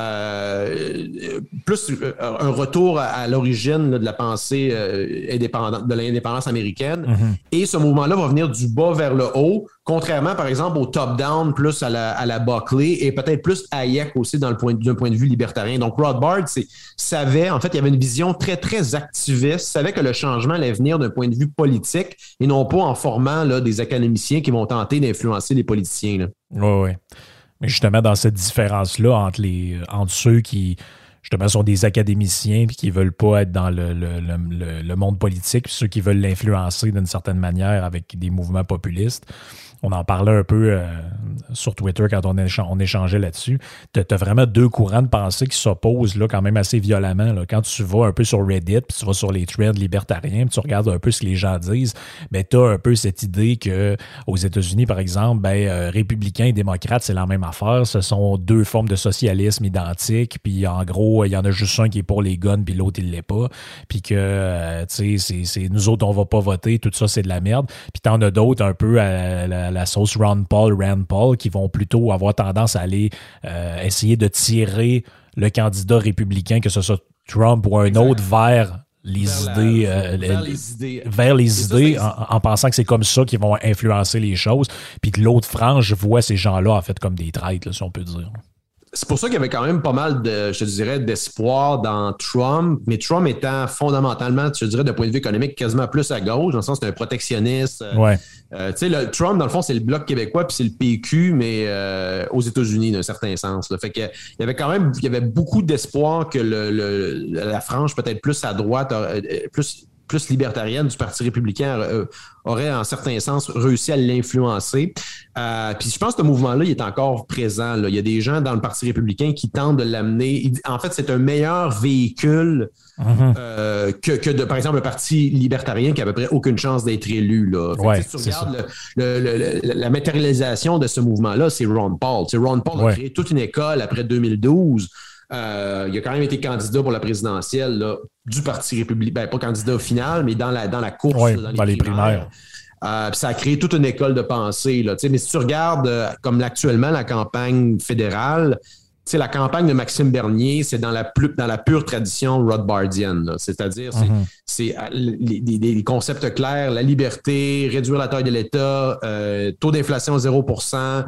euh, plus un retour à, à l'origine là, de la pensée euh, indépendante, de l'indépendance américaine. Mm-hmm. Et ce mouvement-là va venir du bas vers le haut, contrairement, par exemple, au top-down, plus à la, à la Buckley, et peut-être plus à Hayek aussi dans le point, d'un point de vue libertarien. Donc, Rothbard, c'est savait, en fait, il y avait une vision très, très activiste, savait que le changement allait venir d'un point de vue politique et non pas en formant là, des académiciens qui vont tenter d'influencer les politiciens. Oui, oui. Mais justement, dans cette différence-là entre, les, entre ceux qui, justement, sont des académiciens et qui ne veulent pas être dans le, le, le, le monde politique, puis ceux qui veulent l'influencer d'une certaine manière avec des mouvements populistes, on en parlait un peu euh, sur Twitter quand on, écha- on échangeait là-dessus. Tu as vraiment deux courants de pensée qui s'opposent là, quand même assez violemment. Là. Quand tu vas un peu sur Reddit, puis tu vas sur les threads libertariens, puis tu regardes un peu ce que les gens disent, ben, tu as un peu cette idée qu'aux États-Unis, par exemple, ben, euh, républicains et démocrates, c'est la même affaire. Ce sont deux formes de socialisme identiques, puis en gros, il y en a juste un qui est pour les guns, puis l'autre, il l'est pas. Puis que, euh, tu sais, c'est, c'est nous autres, on va pas voter, tout ça, c'est de la merde. Puis t'en as d'autres un peu à la la sauce Ron Paul, Rand Paul, qui vont plutôt avoir tendance à aller euh, essayer de tirer le candidat républicain, que ce soit Trump ou un exact. autre, vers les vers idées, la, euh, vers les, les idées, vers les idées ça, en, en pensant que c'est comme ça qu'ils vont influencer les choses. Puis que l'autre frange voit ces gens-là, en fait, comme des traîtres, là, si on peut dire. C'est pour ça qu'il y avait quand même pas mal de, je dirais, d'espoir dans Trump, mais Trump étant fondamentalement, je dirais, d'un point de vue économique, quasiment plus à gauche, dans le sens que c'est un protectionniste. Ouais. Euh, tu sais, le Trump, dans le fond, c'est le Bloc québécois, puis c'est le P Q, mais euh, aux États-Unis, d'un certain sens. Là. Fait que il y avait quand même, il y avait beaucoup d'espoir que le, le, la frange, peut-être plus à droite, plus plus libertarienne du Parti républicain euh, aurait en certain sens réussi à l'influencer. Euh, puis je pense que ce mouvement-là, il est encore présent. Là. Il y a des gens dans le Parti républicain qui tentent de l'amener. En fait, c'est un meilleur véhicule mm-hmm. euh, que, que de, par exemple, le Parti libertarien qui a à peu près aucune chance d'être élu. Là. Fait ouais, que, si tu regardes le, le, le, la matérialisation de ce mouvement-là, c'est Ron Paul. T'sais, Ron Paul ouais. a créé toute une école après deux mille douze. Euh, il a quand même été candidat pour la présidentielle là, du Parti républicain. Ben, pas candidat au final, mais dans la, dans la course. Oui, là, dans, dans les, les primaires. primaires. Euh, ça a créé toute une école de pensée. Là, mais si tu regardes, euh, comme actuellement, la campagne fédérale, la campagne de Maxime Bernier, c'est dans la, plus, dans la pure tradition rothbardienne. Là. C'est-à-dire, mm-hmm. c'est, c'est les, les, les concepts clairs, la liberté, réduire la taille de l'État, euh, taux d'inflation zéro pour cent,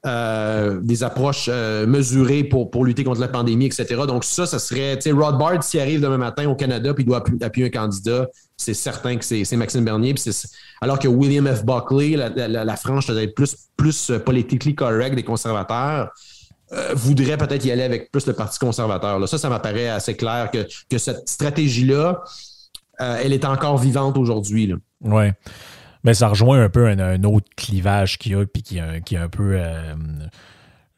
Euh, des approches euh, mesurées pour, pour lutter contre la pandémie, et cetera. Donc ça, ça serait, tu sais, Rothbard, s'il arrive demain matin au Canada puis il doit appuyer, appuyer un candidat, c'est certain que c'est, c'est Maxime Bernier. Puis c'est, alors que William F. Buckley, la, la, la frange peut être plus, plus politically correct des conservateurs, euh, voudrait peut-être y aller avec plus le Parti conservateur. Là. Ça, ça m'apparaît assez clair que, que cette stratégie-là, euh, elle est encore vivante aujourd'hui. Oui. Mais ça rejoint un peu un, un autre clivage qu'il y a, puis qui est un, qui est un peu, euh,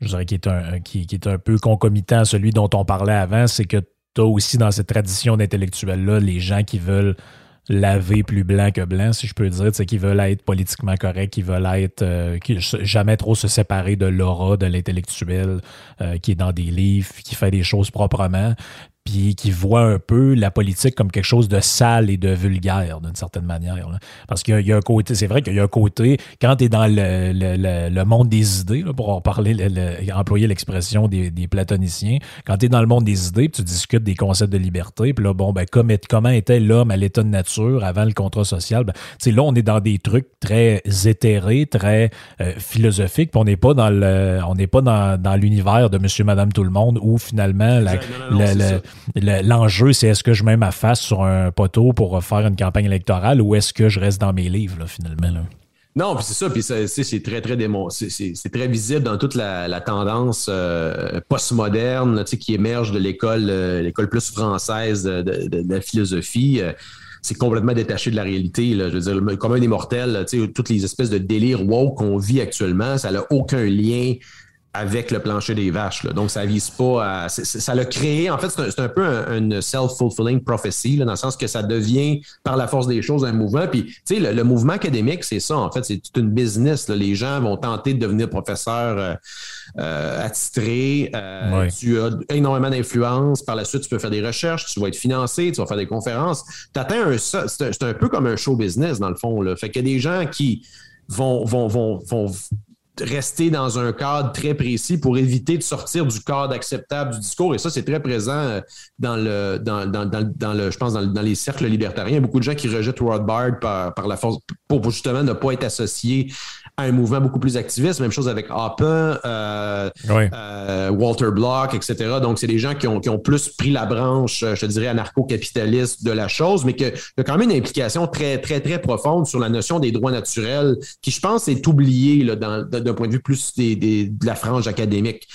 je dirais, qui est un, qui, qui est un peu concomitant à celui dont on parlait avant, c'est que tu as aussi dans cette tradition d'intellectuels-là les gens qui veulent laver plus blanc que blanc, si je peux dire, qui veulent être politiquement corrects, qui veulent être euh, qui, jamais trop se séparer de l'aura de l'intellectuel euh, qui est dans des livres, qui fait des choses proprement, puis qui voit un peu la politique comme quelque chose de sale et de vulgaire, d'une certaine manière. Là. Parce qu'il y a, il y a un côté, c'est vrai qu'il y a un côté, quand tu es dans le, le, le, le monde des idées, là, pour en parler, le, le, employer l'expression des, des platoniciens, quand tu es dans le monde des idées, puis tu discutes des concepts de liberté, puis là, bon, ben, comme, comment était l'homme à l'état de nature avant le contrat social, ben, tu sais, là, on est dans des trucs très éthérés, très euh, philosophiques, puis on n'est pas dans le, on n'est pas dans, dans l'univers de Monsieur, Madame, tout le monde, où finalement, la, non, non, non, le, le l'enjeu, c'est est-ce que je mets ma face sur un poteau pour faire une campagne électorale ou est-ce que je reste dans mes livres, là, finalement, là? Non, puis c'est ça, puis c'est, c'est très, très démon... c'est, c'est, c'est très visible dans toute la, la tendance euh, postmoderne, tu sais, qui émerge de l'école, euh, l'école plus française de, de, de, de la philosophie. Euh, c'est complètement détaché de la réalité, là. Je veux dire, le commun des mortels, tu sais, toutes les espèces de délires woke qu'on vit actuellement, ça n'a aucun lien avec le plancher des vaches, là. Donc, ça vise pas à... C'est, c'est, ça l'a créé... En fait, c'est un, c'est un peu un, une self-fulfilling prophecy, là, dans le sens que ça devient, par la force des choses, un mouvement. Puis, tu sais, le, le mouvement académique, c'est ça, en fait. C'est toute une business, là. Les gens vont tenter de devenir professeurs euh, euh, attitrés. Euh, ouais. Tu as énormément d'influence. Par la suite, tu peux faire des recherches. Tu vas être financé. Tu vas faire des conférences. Tu atteins un... C'est un, c'est un peu comme un show business, dans le fond, là. Fait qu'il y a des gens qui vont... vont, vont, vont rester dans un cadre très précis pour éviter de sortir du cadre acceptable du discours. Et ça, c'est très présent dans le, dans, dans, dans, dans le, je pense, dans, dans les cercles libertariens. Il y a beaucoup de gens qui rejettent Rothbard par, par la force, pour justement ne pas être associés à un mouvement beaucoup plus activiste. Même chose avec Hoppe, euh, oui. euh, Walter Block, et cetera. Donc, c'est des gens qui ont, qui ont plus pris la branche, je te dirais, anarcho-capitaliste de la chose, mais qu'il y a quand même une implication très, très, très profonde sur la notion des droits naturels qui, je pense, est oubliée là, dans, d'un point de vue plus des, des, de la frange académique.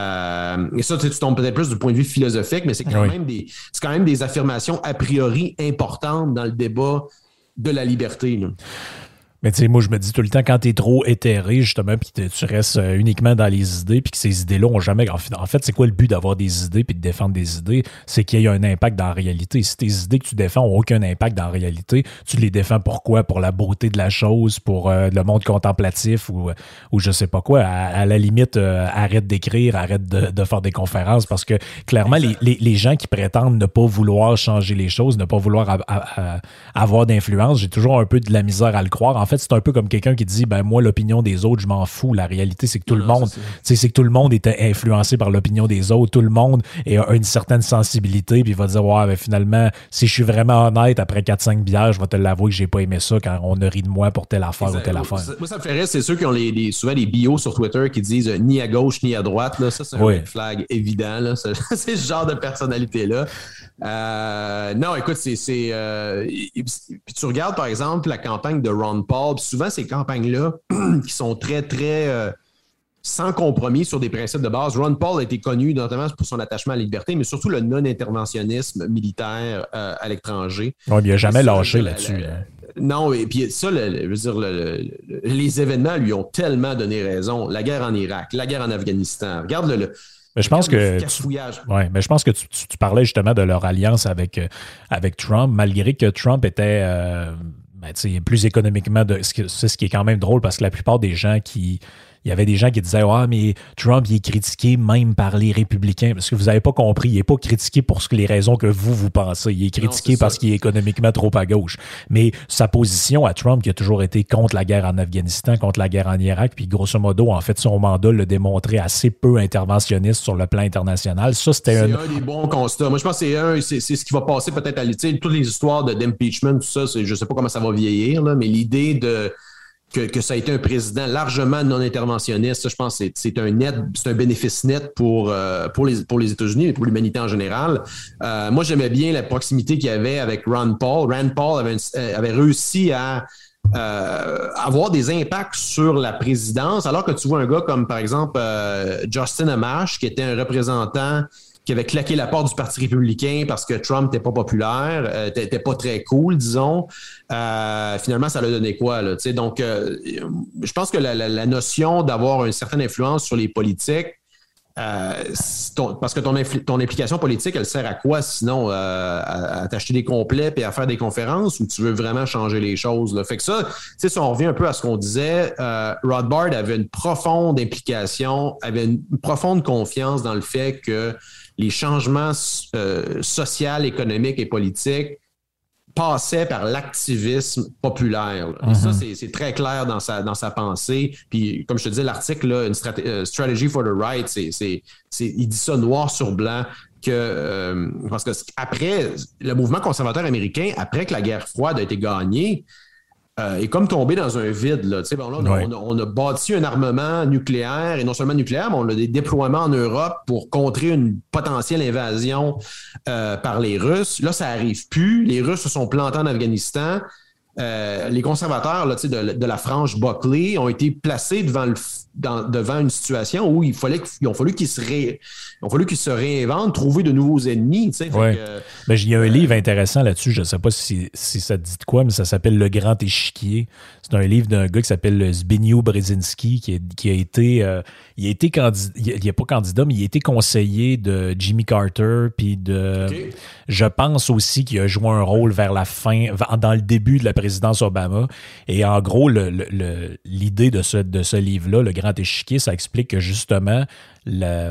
Euh, et ça, tu tombes peut-être plus du point de vue philosophique, mais c'est quand, oui. même des, c'est quand même des affirmations a priori importantes dans le débat de la liberté, là. Mais tu sais, moi, je me dis tout le temps, quand t'es trop éthéré, justement, puis tu restes uniquement dans les idées, puis que ces idées-là ont jamais... En fait, c'est quoi le but d'avoir des idées puis de défendre des idées? C'est qu'il y ait un impact dans la réalité. Si tes idées que tu défends n'ont aucun impact dans la réalité, tu les défends pourquoi? Pour la beauté de la chose, pour euh, le monde contemplatif ou, ou je sais pas quoi. À, à la limite, euh, arrête d'écrire, arrête de, de faire des conférences, parce que clairement, les, les, les gens qui prétendent ne pas vouloir changer les choses, ne pas vouloir a, a, a, avoir d'influence, j'ai toujours un peu de la misère à le croire. En fait, c'est un peu comme quelqu'un qui dit ben moi l'opinion des autres je m'en fous. La réalité c'est que tout non, le monde c'est, c'est que tout le monde est influencé par l'opinion des autres, tout le monde a une certaine sensibilité puis il va dire ouais ben finalement si je suis vraiment honnête après quatre cinq bières je vais te l'avouer que j'ai pas aimé ça quand on a ri de moi pour telle affaire exact. Ou telle affaire. Moi ça me fait rire, c'est ceux qui ont les, les, souvent les bios sur Twitter qui disent euh, ni à gauche ni à droite là. Ça c'est un oui. flag évident là. C'est, c'est ce genre de personnalité là. Euh, non, écoute, c'est, c'est euh, puis tu regardes par exemple la campagne de Ron Paul, puis souvent ces campagnes-là qui sont très, très euh, sans compromis sur des principes de base. Ron Paul a été connu notamment pour son attachement à la liberté, mais surtout le non-interventionnisme militaire euh, à l'étranger. Ouais, il n'a jamais ça, lâché la, là-dessus. La, la, non, et puis ça, le, le, je veux dire, le, le, les événements lui ont tellement donné raison. La guerre en Irak, la guerre en Afghanistan. Regarde le... le Mais je pense que tu, ouais, mais je pense que tu, tu, tu parlais justement de leur alliance avec, euh, avec Trump, malgré que Trump était euh, ben, plus économiquement... De, c'est ce qui est quand même drôle parce que la plupart des gens qui... Il y avait des gens qui disaient « Ah, mais Trump, il est critiqué même par les républicains. » Parce que vous n'avez pas compris, il n'est pas critiqué pour les raisons que vous, vous pensez. Il est critiqué non, parce ça. Qu'il est économiquement trop à gauche. Mais sa position à Trump, qui a toujours été contre la guerre en Afghanistan, contre la guerre en Irak, puis grosso modo, en fait, son mandat l'a démontré assez peu interventionniste sur le plan international. Ça, c'était c'est un... un des bons constats. Moi, je pense que c'est, un, c'est, c'est ce qui va passer peut-être à l'étude. Toutes les histoires de, d'impeachment, tout ça, c'est, je ne sais pas comment ça va vieillir, là, mais l'idée de... Que, que ça a été un président largement non interventionniste, ça, je pense que c'est, c'est un net, c'est un bénéfice net pour, euh, pour, les, pour les États-Unis et pour l'humanité en général. Euh, moi, j'aimais bien la proximité qu'il y avait avec Ron Paul. Rand Paul avait, avait réussi à euh, avoir des impacts sur la présidence, alors que tu vois un gars comme, par exemple, euh, Justin Amash, qui était un représentant qui avait claqué la porte du Parti républicain parce que Trump n'était pas populaire, euh, n'était pas très cool, disons. Euh, finalement, ça l'a donné quoi, là? T'sais, donc, euh, je pense que la, la, la notion d'avoir une certaine influence sur les politiques, euh, ton, parce que ton, infl- ton implication politique, elle sert à quoi sinon? Euh, à, à t'acheter des complets et à faire des conférences, ou tu veux vraiment changer les choses, là? Fait que ça, tu sais, si on revient un peu à ce qu'on disait, euh, Rothbard avait une profonde implication, avait une profonde confiance dans le fait que les changements euh, sociaux, économiques et politiques passait par l'activisme populaire. Mm-hmm. Et ça, c'est, c'est très clair dans sa, dans sa pensée. Puis, comme je te disais, l'article, là, une strat- uh, Strategy for the Right, c'est, c'est, c'est, il dit ça noir sur blanc, que euh, parce que après, le mouvement conservateur américain, après que la guerre froide a été gagnée, Euh, est comme tombé dans un vide. Là. Bon, là, on, a, ouais. on, a, on a bâti un armement nucléaire, et non seulement nucléaire, mais on a des déploiements en Europe pour contrer une potentielle invasion euh, par les Russes. Là, ça n'arrive plus. Les Russes se sont plantés en Afghanistan. Euh, les conservateurs là, de, de la frange Buckley ont été placés devant, le, dans, devant une situation où il fallait qu'ils ont fallu qu'ils se ré, il a fallu qu'ils se réinventent, trouver de nouveaux ennemis. Ouais. Que, ben, il y a un euh, livre intéressant là-dessus, je ne sais pas si, si ça te dit de quoi, mais ça s'appelle Le Grand Échiquier. C'est un livre d'un gars qui s'appelle Zbigniew Brzezinski, qui, est, qui a été, euh, il a été candidat, il n'est pas candidat, mais il a été conseiller de Jimmy Carter, puis de, okay. je pense aussi qu'il a joué un rôle vers la fin, dans le début de la présidence Obama. Et en gros, le, le, le, l'idée de ce, de ce livre-là, Le Grand Échiquier, ça explique que justement, le,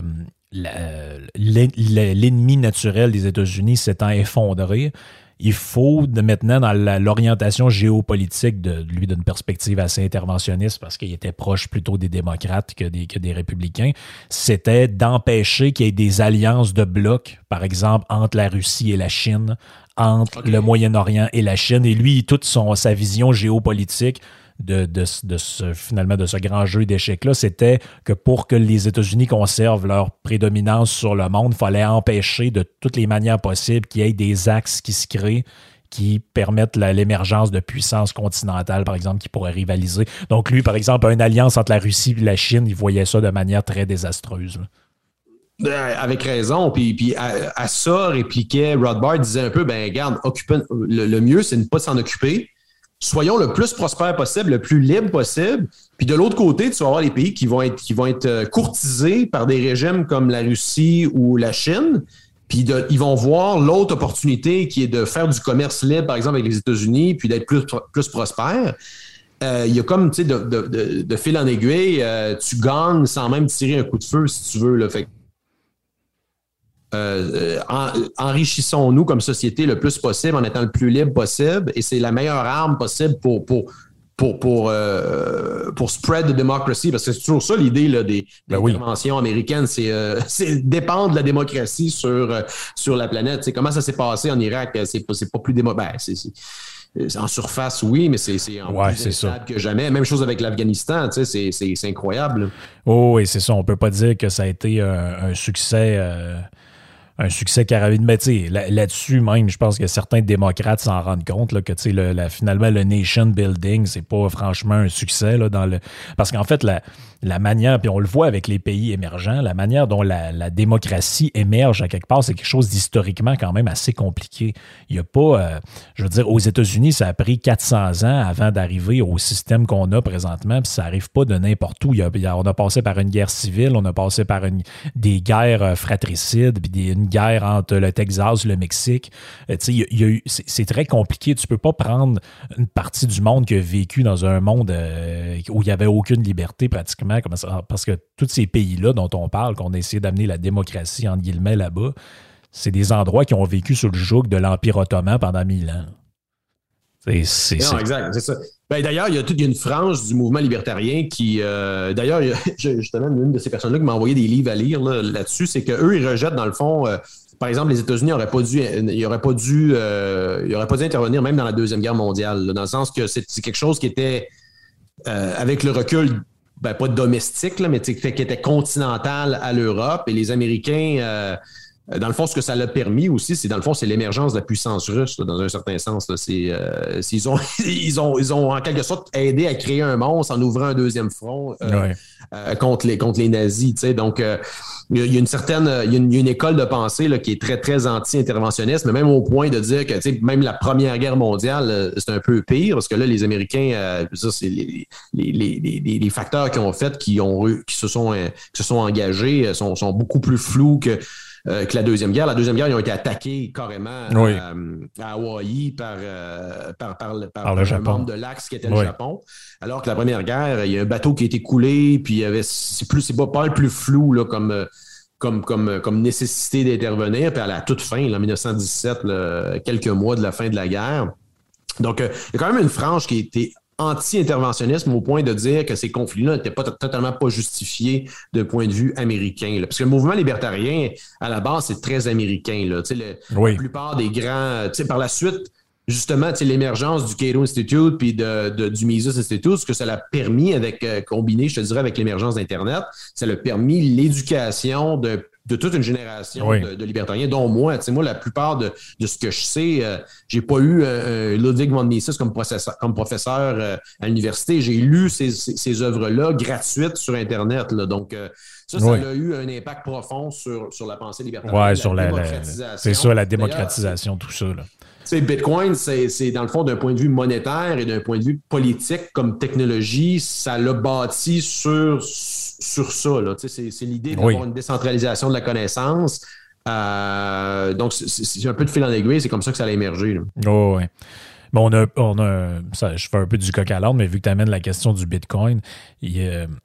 le, l'ennemi naturel des États-Unis s'étant effondré, il faut de maintenant, dans la, l'orientation géopolitique de, de lui d'une perspective assez interventionniste, parce qu'il était proche plutôt des démocrates que des, que des républicains, c'était d'empêcher qu'il y ait des alliances de blocs, par exemple, entre la Russie et la Chine, entre okay. le Moyen-Orient et la Chine. Et lui, toute son, sa vision géopolitique de, de, de ce, finalement, de ce grand jeu d'échecs-là, c'était que pour que les États-Unis conservent leur prédominance sur le monde, il fallait empêcher de toutes les manières possibles qu'il y ait des axes qui se créent qui permettent la, l'émergence de puissances continentales, par exemple, qui pourraient rivaliser. Donc lui, par exemple, une alliance entre la Russie et la Chine, il voyait ça de manière très désastreuse. Avec raison. Puis, puis à, à ça répliquait Rothbard, disait un peu, ben regarde, occupez, le, le mieux, c'est de ne pas s'en occuper. Soyons le plus prospère possible, le plus libre possible. Puis de l'autre côté, tu vas avoir les pays qui vont être, qui vont être courtisés par des régimes comme la Russie ou la Chine. Puis de, ils vont voir l'autre opportunité qui est de faire du commerce libre, par exemple, avec les États-Unis, puis d'être plus, plus prospère. Euh, il y a comme, tu sais, de, de, de, de fil en aiguille, euh, tu gagnes sans même tirer un coup de feu, si tu veux. Là. Fait Euh, en, enrichissons-nous comme société le plus possible en étant le plus libre possible, et c'est la meilleure arme possible pour pour pour pour, euh, pour spread the democracy, parce que c'est toujours ça l'idée là, des, des ben interventions oui. américaines, c'est, euh, c'est dépendre de la démocratie sur euh, sur la planète. C'est comment ça s'est passé en Irak, c'est pas c'est pas plus démo- ben, c'est, c'est, c'est en surface oui, mais c'est c'est en ouais, plus instable que jamais. Même chose avec l'Afghanistan, tu sais, c'est c'est c'est incroyable. Oh oui, c'est ça. On peut pas dire que ça a été un, un succès. Euh... un succès carabine. Mais tu sais, là, là-dessus même, je pense que certains démocrates s'en rendent compte là, que tu sais, le, la, finalement, le nation building, c'est pas franchement un succès là, dans le. Parce qu'en fait, la, la manière, puis on le voit avec les pays émergents, la manière dont la, la démocratie émerge à quelque part, c'est quelque chose d'historiquement quand même assez compliqué. Il y a pas, euh, je veux dire, aux États-Unis, ça a pris quatre cents ans avant d'arriver au système qu'on a présentement, puis ça arrive pas de n'importe où. Il y a, il y a, on a passé par une guerre civile, on a passé par une, des guerres fratricides, puis des, une guerre entre le Texas et le Mexique. Euh, il y a, il y a eu, c'est, c'est très compliqué. Tu peux pas prendre une partie du monde qui a vécu dans un monde euh, où il n'y avait aucune liberté pratiquement, comme ça, parce que tous ces pays-là dont on parle, qu'on a essayé d'amener la démocratie, entre guillemets, là-bas, c'est des endroits qui ont vécu sous le joug de l'Empire ottoman pendant mille ans. C'est, c'est, non, c'est... exact, c'est ça. Ben, d'ailleurs, il y a toute une frange du mouvement libertarien qui, euh, d'ailleurs, il y a, justement, une de ces personnes-là qui m'a envoyé des livres à lire là, là-dessus, c'est qu'eux, ils rejettent, dans le fond, euh, par exemple, les États-Unis n'auraient pas dû, ils auraient pas dû, euh, ils auraient pas dû intervenir même dans la Deuxième Guerre mondiale, là, dans le sens que c'est, c'est quelque chose qui était, euh, avec le recul, ben, pas domestique, là, mais qui était continental à l'Europe, et les Américains... Euh, dans le fond, ce que ça l'a permis aussi, c'est dans le fond, c'est l'émergence de la puissance russe, là, dans un certain sens. Là. C'est, euh, c'est, ils, ont, ils, ont, ils ont en quelque sorte aidé à créer un monstre en ouvrant un deuxième front euh, ouais. euh, contre, les, contre les nazis. Tu sais. Donc, euh, il y a une certaine, il y a une, il y a une école de pensée là, qui est très, très anti-interventionniste, mais même au point de dire que tu sais, même la Première Guerre mondiale, c'est un peu pire, parce que là, les Américains, euh, ça, c'est les, les, les, les, les facteurs qui ont fait, qui, ont, qui, se, sont, euh, qui se sont engagés, sont, sont beaucoup plus flous que Euh, que la Deuxième Guerre. La Deuxième Guerre, ils ont été attaqués carrément oui. à, à Hawaï par, euh, par, par, par, par le un Japon. membre de l'Axe qui était oui. le Japon. Alors que la Première Guerre, il y a un bateau qui a été coulé, puis il y avait, c'est, plus, c'est pas, pas le plus flou là, comme, comme, comme, comme nécessité d'intervenir. Puis à la toute fin, là, en dix-neuf cent dix-sept, là, quelques mois de la fin de la guerre. Donc, euh, il y a quand même une frange qui a été anti-interventionnisme au point de dire que ces conflits-là n'étaient pas t- totalement pas justifiés d'un point de vue américain. Là. Parce que le mouvement libertarien, à la base, c'est très américain. Là. Le, oui. La plupart des grands... Par la suite, justement, l'émergence du Cato Institute puis de, de, du Mises Institute, ce que ça l'a permis, avec euh, combiné, je te dirais, avec l'émergence d'Internet, ça l'a permis l'éducation de de toute une génération oui. de, de libertariens, dont moi. Tu sais, moi, la plupart de, de ce que je sais, euh, j'ai pas eu euh, Ludwig von Mises comme professeur, comme professeur euh, à l'université. J'ai lu ces, ces, ces œuvres-là gratuites sur Internet. Là. Donc, euh, ça, ça oui. a eu un impact profond sur, sur la pensée libertarienne. Oui, sur la, la, c'est ça, la démocratisation, tout ça. Là. C'est Bitcoin, c'est, c'est dans le fond, d'un point de vue monétaire et d'un point de vue politique comme technologie, ça l'a bâti sur, sur ça. Là. C'est, c'est l'idée d'avoir oui. une décentralisation de la connaissance. Euh, donc, c'est, c'est un peu de fil en aiguille, c'est comme ça que ça a émergé. Là. Oh, oui. Bon, on a, on a ça, je fais un peu du coq à l'âne, mais vu que tu amènes la question du Bitcoin, il y a...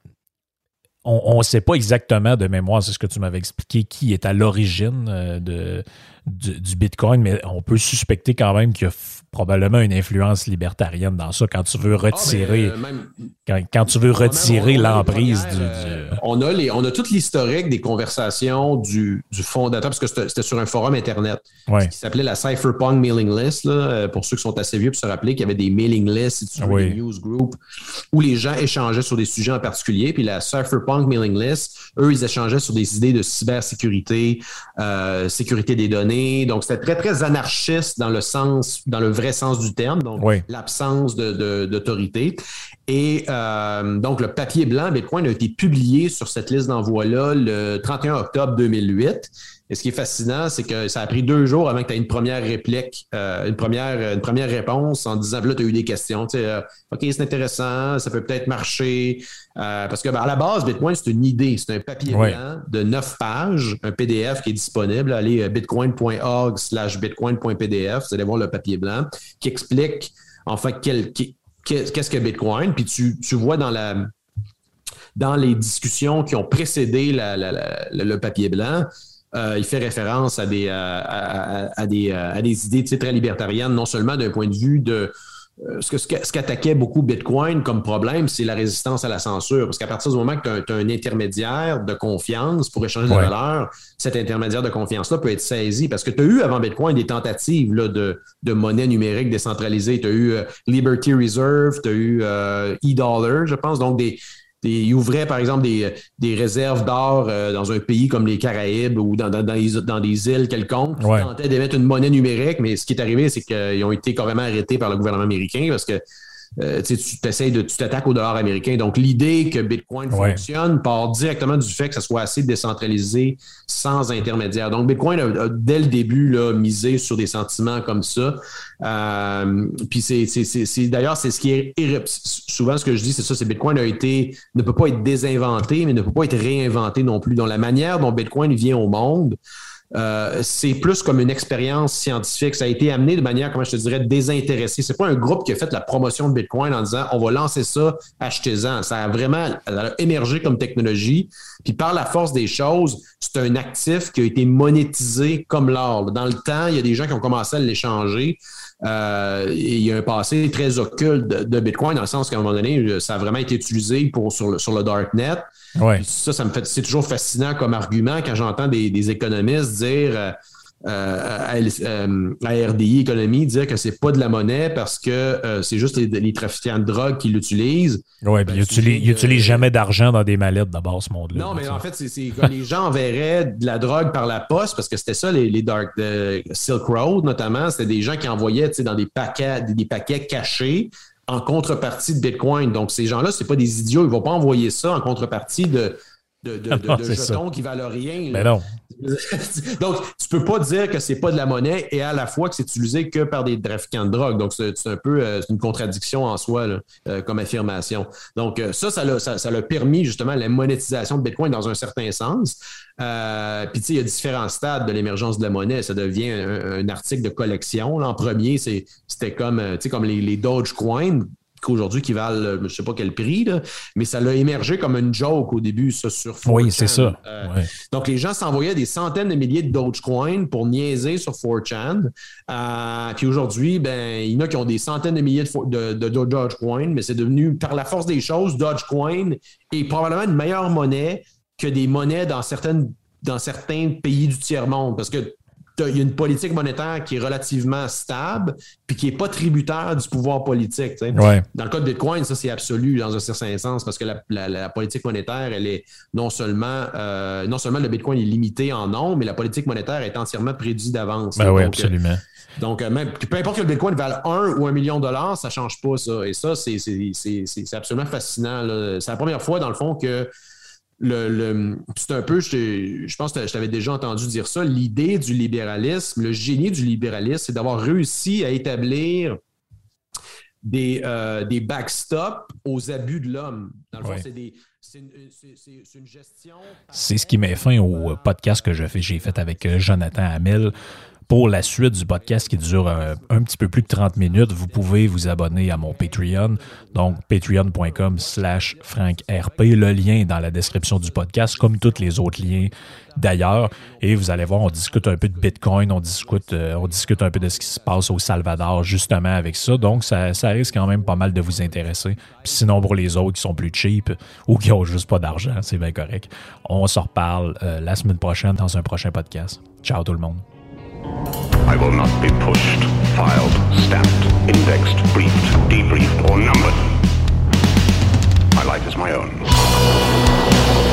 On ne sait pas exactement de mémoire, c'est ce que tu m'avais expliqué, qui est à l'origine euh, de, du, du Bitcoin, mais on peut suspecter quand même qu'il y a f- probablement une influence libertarienne dans ça. Quand tu veux retirer, ah, ben, euh, même, quand, quand tu veux retirer on a, on a l'emprise du, euh, du... On a les, on a tout l'historique des conversations du, du fondateur, parce que c'était, c'était sur un forum Internet ouais. qui s'appelait la Cypherpunk Mailing List, là, pour ceux qui sont assez vieux pour se rappeler qu'il y avait des mailing lists, si tu veux, oui. des newsgroups, où les gens échangeaient sur des sujets en particulier, puis la Cypherpunk Mailing List, eux, ils échangeaient sur des idées de cybersécurité, euh, sécurité des données. Donc, c'était très, très anarchiste dans le sens, dans le vrai sens du terme, donc oui. l'absence de, de, d'autorité. Et euh, donc, le papier blanc Bitcoin a été publié sur cette liste d'envoi-là le trente et un octobre deux mille huit. Et ce qui est fascinant, c'est que ça a pris deux jours avant que tu aies une première réplique, euh, une, première, une première réponse en disant, là, tu as eu des questions. Tu sais, euh, OK, c'est intéressant, ça peut peut-être marcher. Euh, parce que ben, à la base, Bitcoin, c'est une idée. C'est un papier ouais. blanc de neuf pages, un P D F qui est disponible. Allez, bitcoin.org slash bitcoin.pdf. Vous allez voir le papier blanc qui explique, en fait, quel, qui, qu'est-ce que Bitcoin. Puis tu, tu vois dans la... dans les discussions qui ont précédé la, la, la, le papier blanc, Euh, il fait référence à des, à, à, à des, à des idées très libertariennes, non seulement d'un point de vue de euh, ce, que, ce qu'attaquait beaucoup Bitcoin comme problème, c'est la résistance à la censure. Parce qu'à partir du moment que tu as un, un intermédiaire de confiance pour échanger de ouais. la valeur, cet intermédiaire de confiance-là peut être saisi. Parce que tu as eu avant Bitcoin des tentatives là, de, de monnaie numérique décentralisée. Tu as eu euh, Liberty Reserve, tu as eu euh, e-dollar, je pense, donc des Des, il ouvrait, par exemple, des, des réserves d'or euh, dans un pays comme les Caraïbes ou dans, dans, dans, les, dans des îles quelconques. Ouais. Ils tentaient d'émettre une monnaie numérique, mais ce qui est arrivé, c'est qu'ils ont été carrément arrêtés par le gouvernement américain parce que euh, tu t'essayes de, tu t'attaques au dollar américain. Donc, l'idée que Bitcoin ouais. fonctionne part directement du fait que ça soit assez décentralisé sans intermédiaire. Donc, Bitcoin a, a dès le début là, misé sur des sentiments comme ça. Euh, puis c'est, c'est, c'est, c'est d'ailleurs c'est ce qui est souvent ce que je dis, c'est ça, c'est Bitcoin a été ne peut pas être désinventé, mais ne peut pas être réinventé non plus. Donc, la manière dont Bitcoin vient au monde, Euh, c'est plus comme une expérience scientifique. Ça a été amené de manière, comment je te dirais, désintéressée. C'est pas un groupe qui a fait la promotion de Bitcoin en disant on va lancer ça, achetez-en. Ça a vraiment ça a émergé comme technologie. Puis par la force des choses, c'est un actif qui a été monétisé comme l'or. Dans le temps, il y a des gens qui ont commencé à l'échanger. Euh, et il y a un passé très occulte de, de Bitcoin, dans le sens qu'à un moment donné, ça a vraiment été utilisé pour, sur, le, sur le Darknet. Ouais. Puis ça, ça me fait, c'est toujours fascinant comme argument quand j'entends des, des économistes dire euh, euh, à, euh, à R D I Économie dire que c'est pas de la monnaie parce que euh, c'est juste les, les trafiquants de drogue qui l'utilisent. Oui, puis ben, ils n'utilisent jamais d'argent dans des mallettes d'abord, ce monde-là. Non, mais en fait, c'est, c'est comme les gens enverraient de la drogue par la poste parce que c'était ça, les, les Dark de Silk Road notamment. C'était des gens qui envoyaient dans des paquets, des, des paquets cachés en contrepartie de Bitcoin. Donc, ces gens-là, c'est pas des idiots. Ils vont pas envoyer ça en contrepartie de. de, de, de, non, de jetons ça. Qui valent rien. Mais non. Donc, tu peux pas dire que c'est pas de la monnaie et à la fois que c'est utilisé que par des trafiquants de drogue. Donc, c'est, c'est un peu euh, c'est une contradiction en soi là, euh, comme affirmation. Donc, euh, ça, ça l'a, ça, ça l'a permis justement la monétisation de Bitcoin dans un certain sens. Euh, Puis, tu sais, il y a différents stades de l'émergence de la monnaie. Ça devient un, un article de collection. Là, en premier, c'est, c'était comme, tu sais, comme les, les Dogecoin. Qu'aujourd'hui, qui valent, je ne sais pas quel prix, là, mais ça l'a émergé comme une joke au début, ça, sur four chan. Oui, c'est ça. Euh, ouais. Donc, les gens s'envoyaient des centaines de milliers de Dogecoin pour niaiser sur four chan. Euh, puis aujourd'hui, ben, il y en a qui ont des centaines de milliers de, de, de, de Dogecoin, mais c'est devenu, par la force des choses, Dogecoin est probablement une meilleure monnaie que des monnaies dans, certaines, dans certains pays du tiers-monde. Parce que il y a une politique monétaire qui est relativement stable puis qui n'est pas tributaire du pouvoir politique. Ouais. Dans le cas de Bitcoin, ça, c'est absolu dans un certain sens parce que la, la, la politique monétaire, elle est non seulement, euh, non seulement le Bitcoin est limité en nombre, mais la politique monétaire est entièrement prédite d'avance. Ben oui, absolument. Donc, même, peu importe que le Bitcoin vale un ou un million de dollars, ça ne change pas ça. Et ça, c'est, c'est, c'est, c'est, c'est absolument fascinant. Là. C'est la première fois, dans le fond, que Le, le, c'est un peu, je, je pense que je t'avais déjà entendu dire ça, l'idée du libéralisme, le génie du libéralisme, c'est d'avoir réussi à établir des, euh, des backstops aux abus de l'homme. Dans le fond, ouais. c'est, des, c'est, une, c'est, c'est, c'est une gestion... C'est ce qui met fin au podcast que j'ai fait, j'ai fait avec Jonathan Hamel. Pour la suite du podcast qui dure un, un petit peu plus de trente minutes, vous pouvez vous abonner à mon Patreon, donc patreon.com slash francrp. Le lien est dans la description du podcast, comme tous les autres liens d'ailleurs. Et vous allez voir, on discute un peu de Bitcoin, on discute, euh, on discute un peu de ce qui se passe au Salvador, justement avec ça. Donc, ça, ça risque quand même pas mal de vous intéresser. Puis sinon, pour les autres qui sont plus cheap ou qui n'ont juste pas d'argent, c'est bien correct. On se reparle euh, la semaine prochaine dans un prochain podcast. Ciao tout le monde. I will not be pushed, filed, stamped, indexed, briefed, debriefed, or numbered. My life is my own.